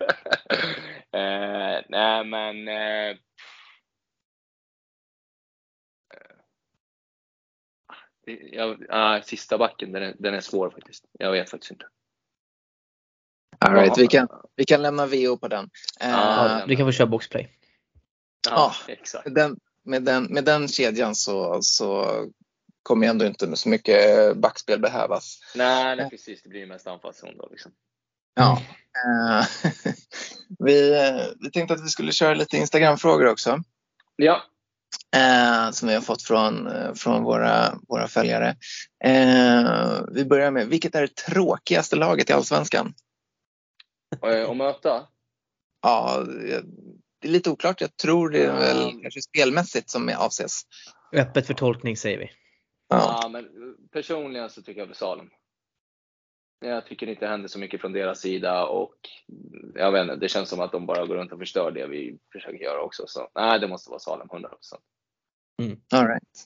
eh, nej, men... Eh, jag, ah, sista backen, den är, den är svår faktiskt. Jag vet faktiskt inte. All right, vi kan, vi kan lämna V O på den. Ja, uh, du kan få köra boxplay. Ja, ja, exakt. Den, med, den, med den kedjan så, så kommer ändå inte så mycket backspel behövas. Nej, nej precis. Det blir mest anfallszon då liksom. Ja. Uh, vi, vi tänkte att vi skulle köra lite Instagram-frågor också. Ja. Uh, som vi har fått från, från våra, våra följare. Uh, vi börjar med, vilket är det tråkigaste laget i Allsvenskan? Och möta? Ja, det är lite oklart. Jag tror det är väl kanske spelmässigt som är avses. Öppet för tolkning säger vi. Ja. Ja, men personligen så tycker jag för Salem. Jag tycker inte det händer så mycket från deras sida och jag vet inte, det känns som att de bara går runt och förstör det vi försöker göra också. Så nej, det måste vara Salem hundra procent. Mm. All right.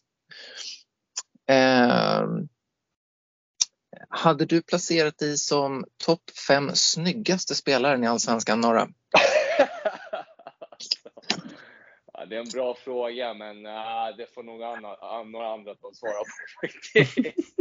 Eh, hade du placerat dig som topp fem snyggaste spelaren i Allsvenskan norra? Ja, det är en bra fråga, men uh, det får nog andra, några andra att svara på faktiskt.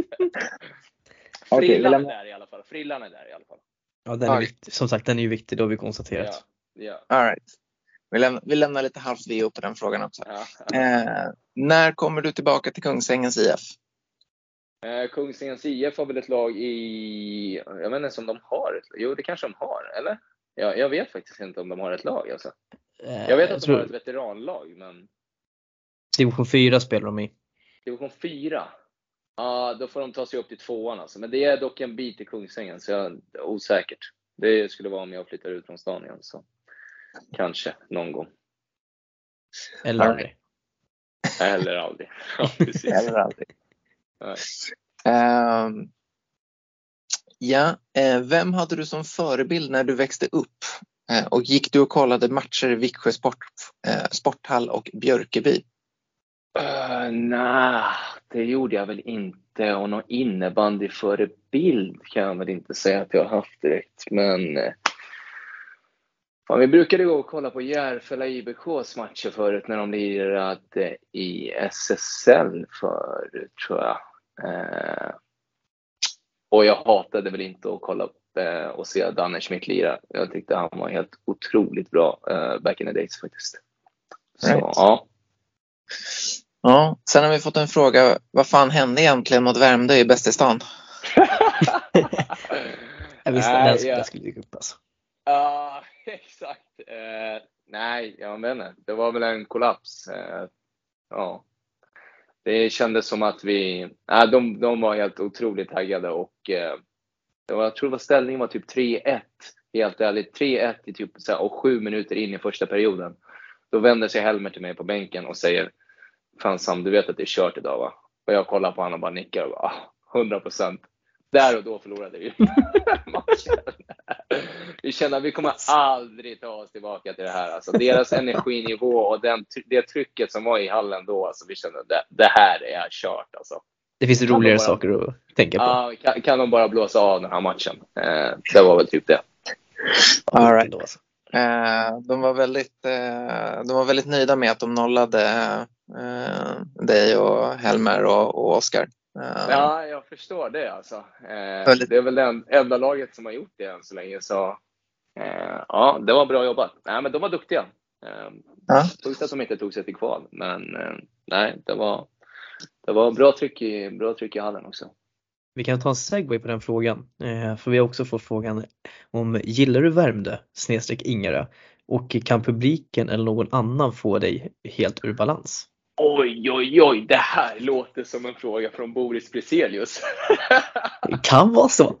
Frillan är där i alla fall. Frillan är där i alla fall. Ja, den är viktig. Som sagt, den är ju viktig då vi konstaterat. Ja, ja. All right. Vi lämnar, vi lämnar lite halvt V O på den frågan också. Ja. Eh, när kommer du tillbaka till Kungsängens I F? Eh, Kungsängens I F har väl ett lag i... Jag vet inte om de har ett... Jo, det kanske de har, eller? Jag, jag vet faktiskt inte om de har ett lag. Alltså. Eh, jag vet att jag de tror... har ett veteranlag, men... Division fyra spelar de i. Division fyra? Ja, då får de ta sig upp till tvåan alltså. Men det är dock en bit i Kungsängen, så jag är osäkert. Det skulle vara om jag flyttar ut från stan igen, så kanske någon gång. Eller aldrig. Eller aldrig. Ja, precis. Eller aldrig. Uh, ja, uh, vem hade du som förebild när du växte upp? Uh, och gick du och kollade matcher i Viksjö sport, uh, sporthall och Björkeby? Uh, Nej, det gjorde jag väl inte. Och någon innebandy förebild kan jag väl inte säga att jag har haft direkt. Men uh, fan, vi brukade gå och kolla på Järfälla I B K:s matcher förut när de lirade i S S L förut, tror jag. Uh, och jag hatade väl inte att kolla uh, och se Danne Schmidt lira. Jag tyckte han var helt otroligt bra uh, back in the days faktiskt. Så right. ja. Ja, sen har vi fått en fråga. Vad fan hände egentligen mot Värmdö i bästa stan? Jag visste att den skulle, skulle dyka upp alltså. Ja, uh, exakt. Uh, nej, jag menar, det var väl en kollaps. Uh, ja. Det kändes som att vi... Uh, de, de var helt otroligt taggade och uh, det var, jag tror det var ställningen var typ tre ett. Helt ärligt, tre ett i typ så här, och sju minuter in i första perioden. Då vänder sig Helmer till mig på bänken och säger: fan Sam, du vet att det är kört idag, va? Och jag kollar på honom och bara nickar och bara, hundra procent. Där och då förlorade vi matchen. Vi känner att vi kommer aldrig ta oss tillbaka till det här. Alltså, deras energinivå och den, det trycket som var i hallen då, alltså, vi kände att det, det här är kört. Alltså. Det finns roligare bara, saker att tänka på. Ja, kan, kan de bara blåsa av den här matchen? Eh, det var väl typ det. All right. Eh, de var väldigt eh, de var väldigt nöjda med att de nollade eh, dig och Helmer och, och Oskar. Eh, ja, jag förstår det alltså. Eh, väldigt... Det är väl det enda laget som har gjort det än så länge. Så eh, ja, det var bra jobbat. Nej, men de var duktiga. Eh, ja. Sjukt att de inte tog sig till kval. Men eh, nej, det var, det var bra tryck i, bra tryck i hallen också. Vi kan ta en segway på den frågan. Eh, för vi har också fått frågan om gillar du Värmdö snedstreck Ingarö och kan publiken eller någon annan få dig helt ur balans? Oj, oj, oj. Det här låter som en fråga från Boris Briselius. Det kan vara så.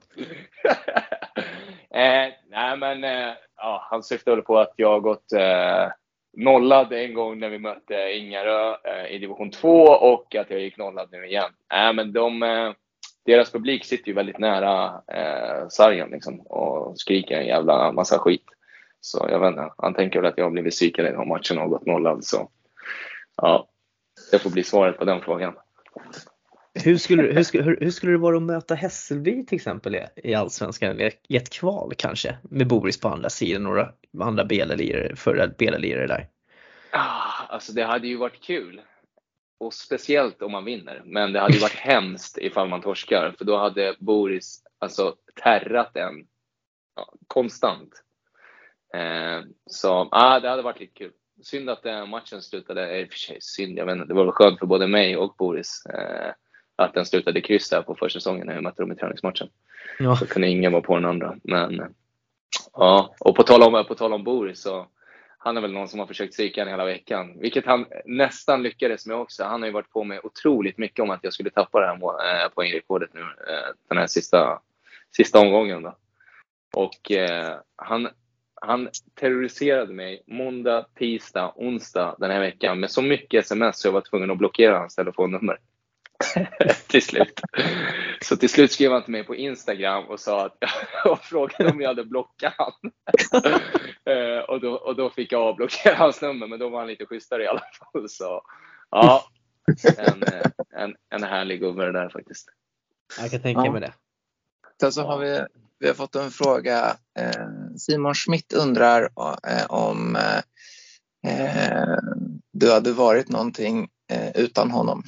eh, nej, men eh, ja, han syftade på att jag har gått eh, nollad en gång när vi mötte Ingarö eh, i division två och att jag gick nollad nu igen. Nej, äh, men de... Eh, deras publik sitter ju väldigt nära eh, sargen liksom, och skriker en jävla massa skit. Så jag vet inte, han tänker väl att jag har blivit psykad i den här matchen och gått nollad. Så ja, det får bli svaret på den frågan. Hur skulle, hur skulle, hur, hur skulle det vara att möta Hässelby till exempel i, i Allsvenskan i ett kval kanske? Med Boris på andra sidan, några andra B-lirare, förra B-lirare där. Ah, alltså det hade ju varit kul. Och speciellt om man vinner. Men det hade ju varit hemskt ifall man torskar. För då hade Boris alltså terrat en ja, konstant. Eh, så ah, det hade varit lite kul. Synd att den matchen slutade. I och för sig synd, jag vet inte. Det var väl skönt för både mig och Boris. Eh, att den slutade kryss där på första säsongen när vi mötte dem i träningsmatchen. Ja. Så kunde ingen vara på den andra. Men ja, och på tal om, på tal om Boris så han är väl någon som har försökt psyka en hela veckan. Vilket han nästan lyckades med också. Han har ju varit på mig otroligt mycket om att jag skulle tappa det här poängrekordet nu. Den här sista, sista omgången då. Och eh, han, han terroriserade mig måndag, tisdag, onsdag den här veckan med så mycket sms så jag var tvungen att blockera hans telefonnummer. till slut. Så till slut skrev han till mig på Instagram och sa att jag frågade om jag hade blockat han. och, då, och då fick jag avblockera hans nummer, men då var han lite schysstare i alla fall. Så ja, en, en, en härlig gubbe där faktiskt. Jag kan tänka ja. mig det. Sen så har vi, vi har fått en fråga. Eh, Simon Schmidt undrar eh, om eh, du hade varit någonting eh, utan honom.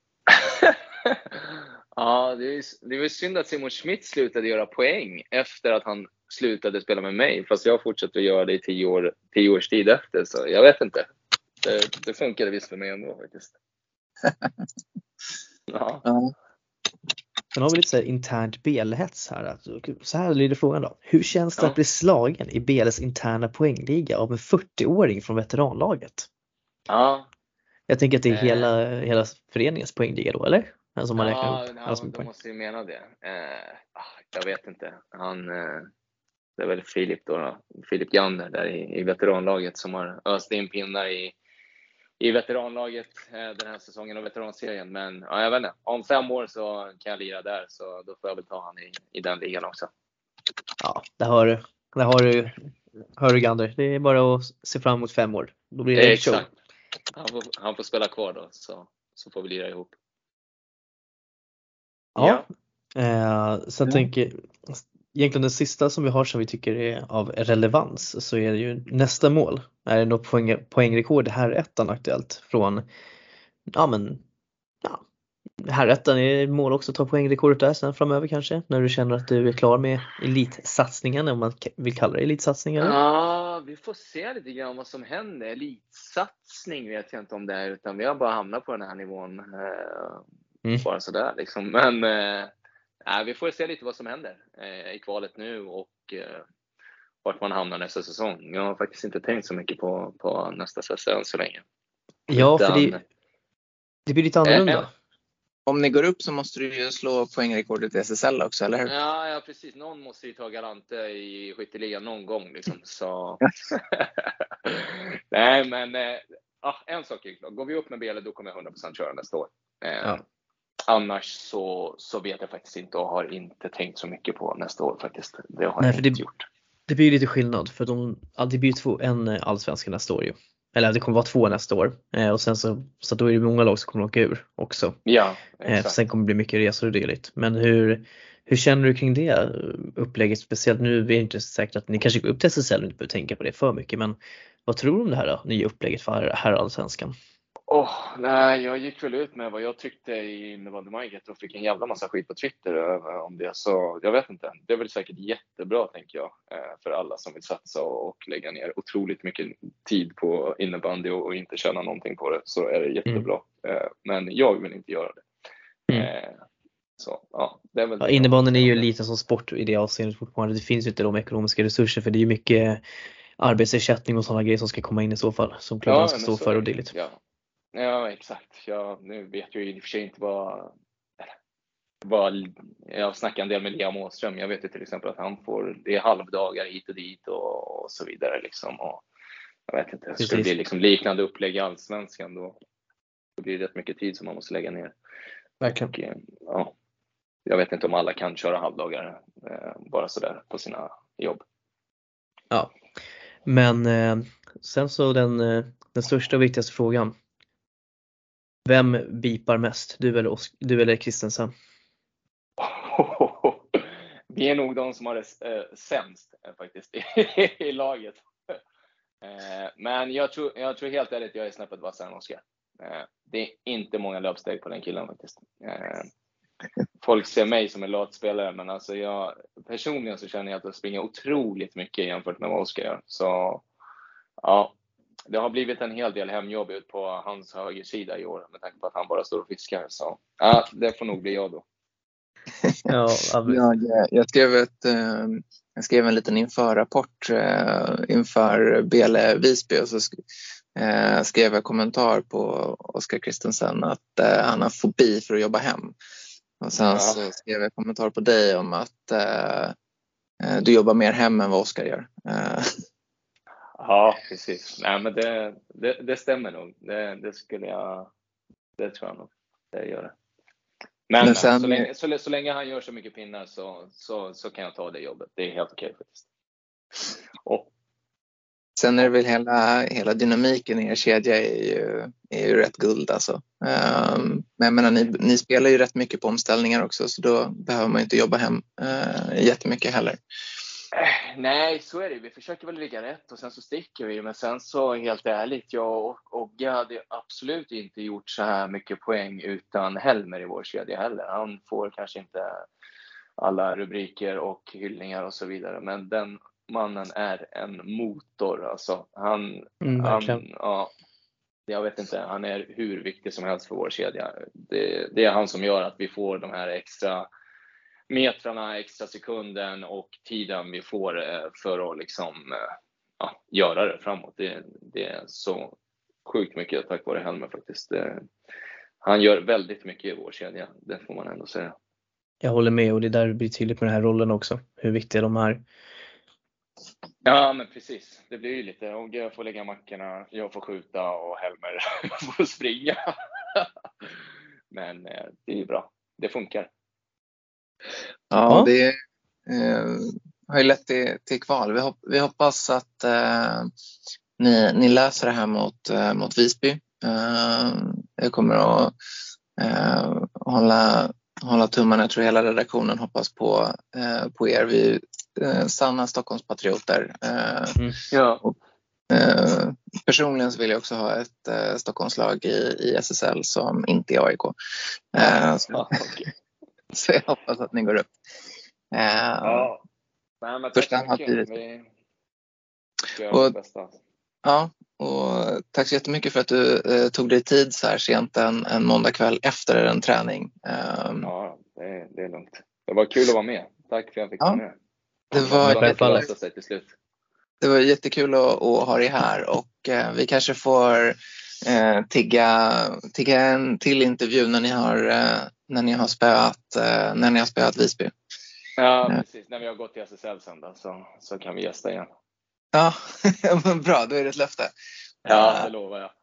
Ja, det är, det är synd att Simon Schmidt slutade göra poäng efter att han slutade spela med mig. Fast jag fortsatte att göra det i tio, år, tio års tid efter. Så jag vet inte. Det, det funkade visst för mig ändå faktiskt. Ja. Ja. Sen har vi lite så här internt B L-hets här. Så här lyder frågan då. Hur känns det Ja. att bli slagen i B L:s interna poängliga av en fyrtio-åring från veteranlaget? Ja. Jag tänker att det är Eh. hela, hela föreningens poängliga då, eller? Alltså man räknar Ja, upp alla ja som är då poäng. måste vi mena det. Eh, jag vet inte. Han, eh, det är väl Filip då, då. Filip Gander där i, i veteranlaget som har öst in pinnar i, i veteranlaget eh, den här säsongen och veteranserien. Men ja, jag vet inte. Om fem år så kan jag lira där, så då får jag väl ta han i, i den ligan också. Ja, där har du, där har du, hör du Gander. Det är bara att se fram emot fem år. Då blir det Eh, en show. exakt. Han får, han får spela kvar då, så, så får vi lira ihop. Ja. Eh, sen Ja. tänker egentligen det sista som vi har som vi tycker är av relevans, så är det ju nästa mål. Är det något poäng, poängrekord här ettan aktuellt från, ja men, ja, här ettan är mål också att ta poängrekordet där sen framöver kanske, när du känner att du är klar med elitsatsningen, om man vill kalla det elitsatsning eller? Ja, vi får se lite grann vad som händer. Elitsatsning vet jag inte om det är, utan vi har bara hamnat på den här nivån. Eh, Mm. Bara sådär liksom. Men eh, vi får se lite vad som händer eh, i kvalet nu och eh, vart man hamnar nästa säsong. Jag har faktiskt inte tänkt så mycket på, på nästa säsong så länge. Ja, Utan, för det, det blir lite annorlunda. Eh, Om ni går upp så måste du ju slå poängrekordet i S S L också, eller hur? Ja, ja, precis. Någon måste ju ta Galante i skytteligan någon gång. Liksom. Så... Nej, men eh, ah, en sak är klar. Går vi upp med B L då kommer jag hundra procent köra nästa år. Eh, Ja. Annars så, så vet jag faktiskt inte och har inte tänkt så mycket på nästa år faktiskt. Det har Nej, jag för inte det- gjort. Det blir ju lite skillnad för de, ja, det blir två, en allsvenska nästa år ju. Eller det kommer vara två nästa år. Eh, och sen så, så då är det många lag som kommer åka ur också. Ja, Eh, exakt. sen kommer det bli mycket resor och dylikt. Men hur, hur känner du kring det upplägget? Speciellt nu är det inte säkert att ni kanske går upp till S S L och inte behöver tänka på det för mycket. Men vad tror du om det här då, nya upplägget för här allsvenskan? Oh, nej, jag gick väl ut med vad jag tyckte i innebandymaget och fick en jävla massa skit på Twitter om det. Så jag vet inte. Det är väl säkert jättebra, tänker jag, för alla som vill satsa och lägga ner otroligt mycket tid på innebandy och inte tjäna någonting på det. Så är det jättebra. Mm. Men jag vill inte göra det. Mm. Så, ja, det är väl ja, innebandyn är ju liten som sport i det avseendet fortfarande. Det finns ju inte de ekonomiska resurser, för det är ju mycket arbetsersättning och sådana grejer som ska komma in i så fall, som klubben ja, ska stå så för och dylikt. Ja. Ja, exakt. Jag, nu vet jag i och för sig inte vad, vad... Jag snackar en del med Liam Åström. Jag vet ju till exempel att han får... Det är halvdagar hit och dit och, och så vidare. Liksom. Och jag vet inte. Det skulle bli liksom liknande upplägg i allsvenskan. Då, då blir det rätt mycket tid som man måste lägga ner. Verkligen. Och, ja, jag vet inte om alla kan köra halvdagar eh, bara sådär på sina jobb. Ja, men eh, sen så den, eh, den största och viktigaste frågan. Vem bipar mest? Du eller, Osk- du eller Kristensen? Vi är nog de som har det äh, sämst äh, faktiskt i, i laget. Äh, men jag tror, jag tror helt ärligt jag är snäppet vassare än Oskar. Äh, det är inte många löpsteg på den killen faktiskt. Äh, folk ser mig som en latspelare, men alltså jag, personligen så känner jag att jag springer otroligt mycket jämfört med vad Oskar gör. Så ja, det har blivit en hel del hemjobb ut på hans högersida i år med tanke på att han bara står och fiskar. Så ja, det får nog bli jag då. Ja, jag, jag, skrev ett, jag skrev en liten införrapport inför B L Visby och så skrev jag kommentar på Oskar Kristensen att han har fobi för att jobba hem. Och sen ja. så skrev jag kommentar på dig om att du jobbar mer hem än vad Oskar gör. Ja, precis. Nej, men det, det, det stämmer nog. Det, det skulle jag, det tror jag nog det gör det. Men, Men sen, så, länge, så, så länge han gör så mycket pinnar så, så, så kan jag ta det jobbet. Det är helt okej faktiskt. Och, sen är det väl hela, hela dynamiken i er kedja är ju, är ju rätt guld alltså. Um, men jag menar, ni, ni spelar ju rätt mycket på omställningar också, så då behöver man ju inte jobba hem uh, jättemycket heller. Nej, så är det. Vi försöker väl ligga rätt och sen så sticker vi. Men sen så helt ärligt, jag och Ogge hade absolut inte gjort så här mycket poäng utan Helmer i vår kedja heller. Han får kanske inte alla rubriker och hyllningar och så vidare. Men den mannen är en motor. Alltså, han, Mm, han, ja, jag vet inte, han är hur viktig som helst för vår kedja. Det, det är han som gör att vi får de här extra metrarna, extra sekunden och tiden vi får för att liksom, ja, göra det framåt. Det, det är så sjukt mycket tack vare Helmer faktiskt. Det, han gör väldigt mycket i vår kedja, det får man ändå säga. Jag håller med, och det där blir tydligt med den här rollen också, hur viktiga de är. Ja, men precis. Det blir ju lite, och jag får lägga mackorna, jag får skjuta och Helmer får springa. Men det är ju bra, det funkar. Ja, det eh, har ju lett till, till kval. Vi, hopp, vi hoppas att eh, ni, ni läser det här mot, eh, mot Visby. Eh, jag kommer att eh, hålla, hålla tummarna. Jag tror hela redaktionen hoppas på, eh, på er. Vi eh, sanna Stockholmspatrioter. Eh, Mm. Ja. och, eh, personligen så vill jag också ha ett eh, Stockholmslag i, i S S L som inte är A I K. Eh, så, Ja, okay. så jag hoppas att ni går upp. Uh, ja. Nej, men tack så mycket. Vi ska göra vårt bästa. Ja, och tack så jättemycket för att du uh, tog dig tid så här sent en, en måndag kväll efter en träning. Um, ja, det är, det är lugnt. Det var kul att vara med. Tack för att jag fick ja, vara med. Det var, det, det, lösa sig till slut. Det var jättekul att, att ha dig här, och uh, vi kanske får uh, tigga, tigga en till intervju när ni har, uh, när ni har spöat, uh, när ni har spöat Visby. Ja, precis. När vi har gått till S S L sen då, så, så kan vi gästa igen. Ja, bra. Då är det ett löfte. Ja, det lovar jag.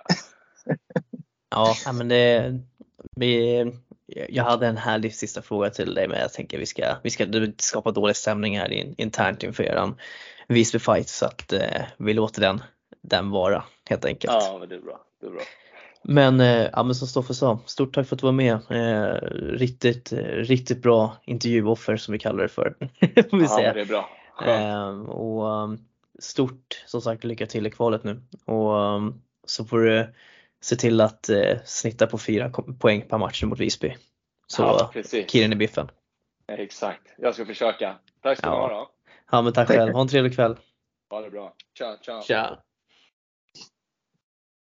Ja, men det, vi, jag hade en härlig sista fråga till dig, men jag tänker vi ska, vi ska skapa dålig stämning här in, internt inför eran Visby Fight, så att eh, vi låter den, den vara helt enkelt. Ja, men det är bra. Det är bra. Men, eh, ja, men som Stoffe sa, stort tack för att du var med. Eh, riktigt, riktigt bra intervjuoffer som vi kallar det för. Får vi ja, säga. det är bra. Eh, och um, stort, som sagt, lycka till i kvalet nu. Och um, så får du se till att eh, snitta på fyra poäng per match mot Visby. Så ja, killen i biffen. Exakt, jag ska försöka. Tack ska du ja. ha då. Ja, men tack själv. Ha en trevlig kväll. Ha det bra. Ciao, ciao. Ciao.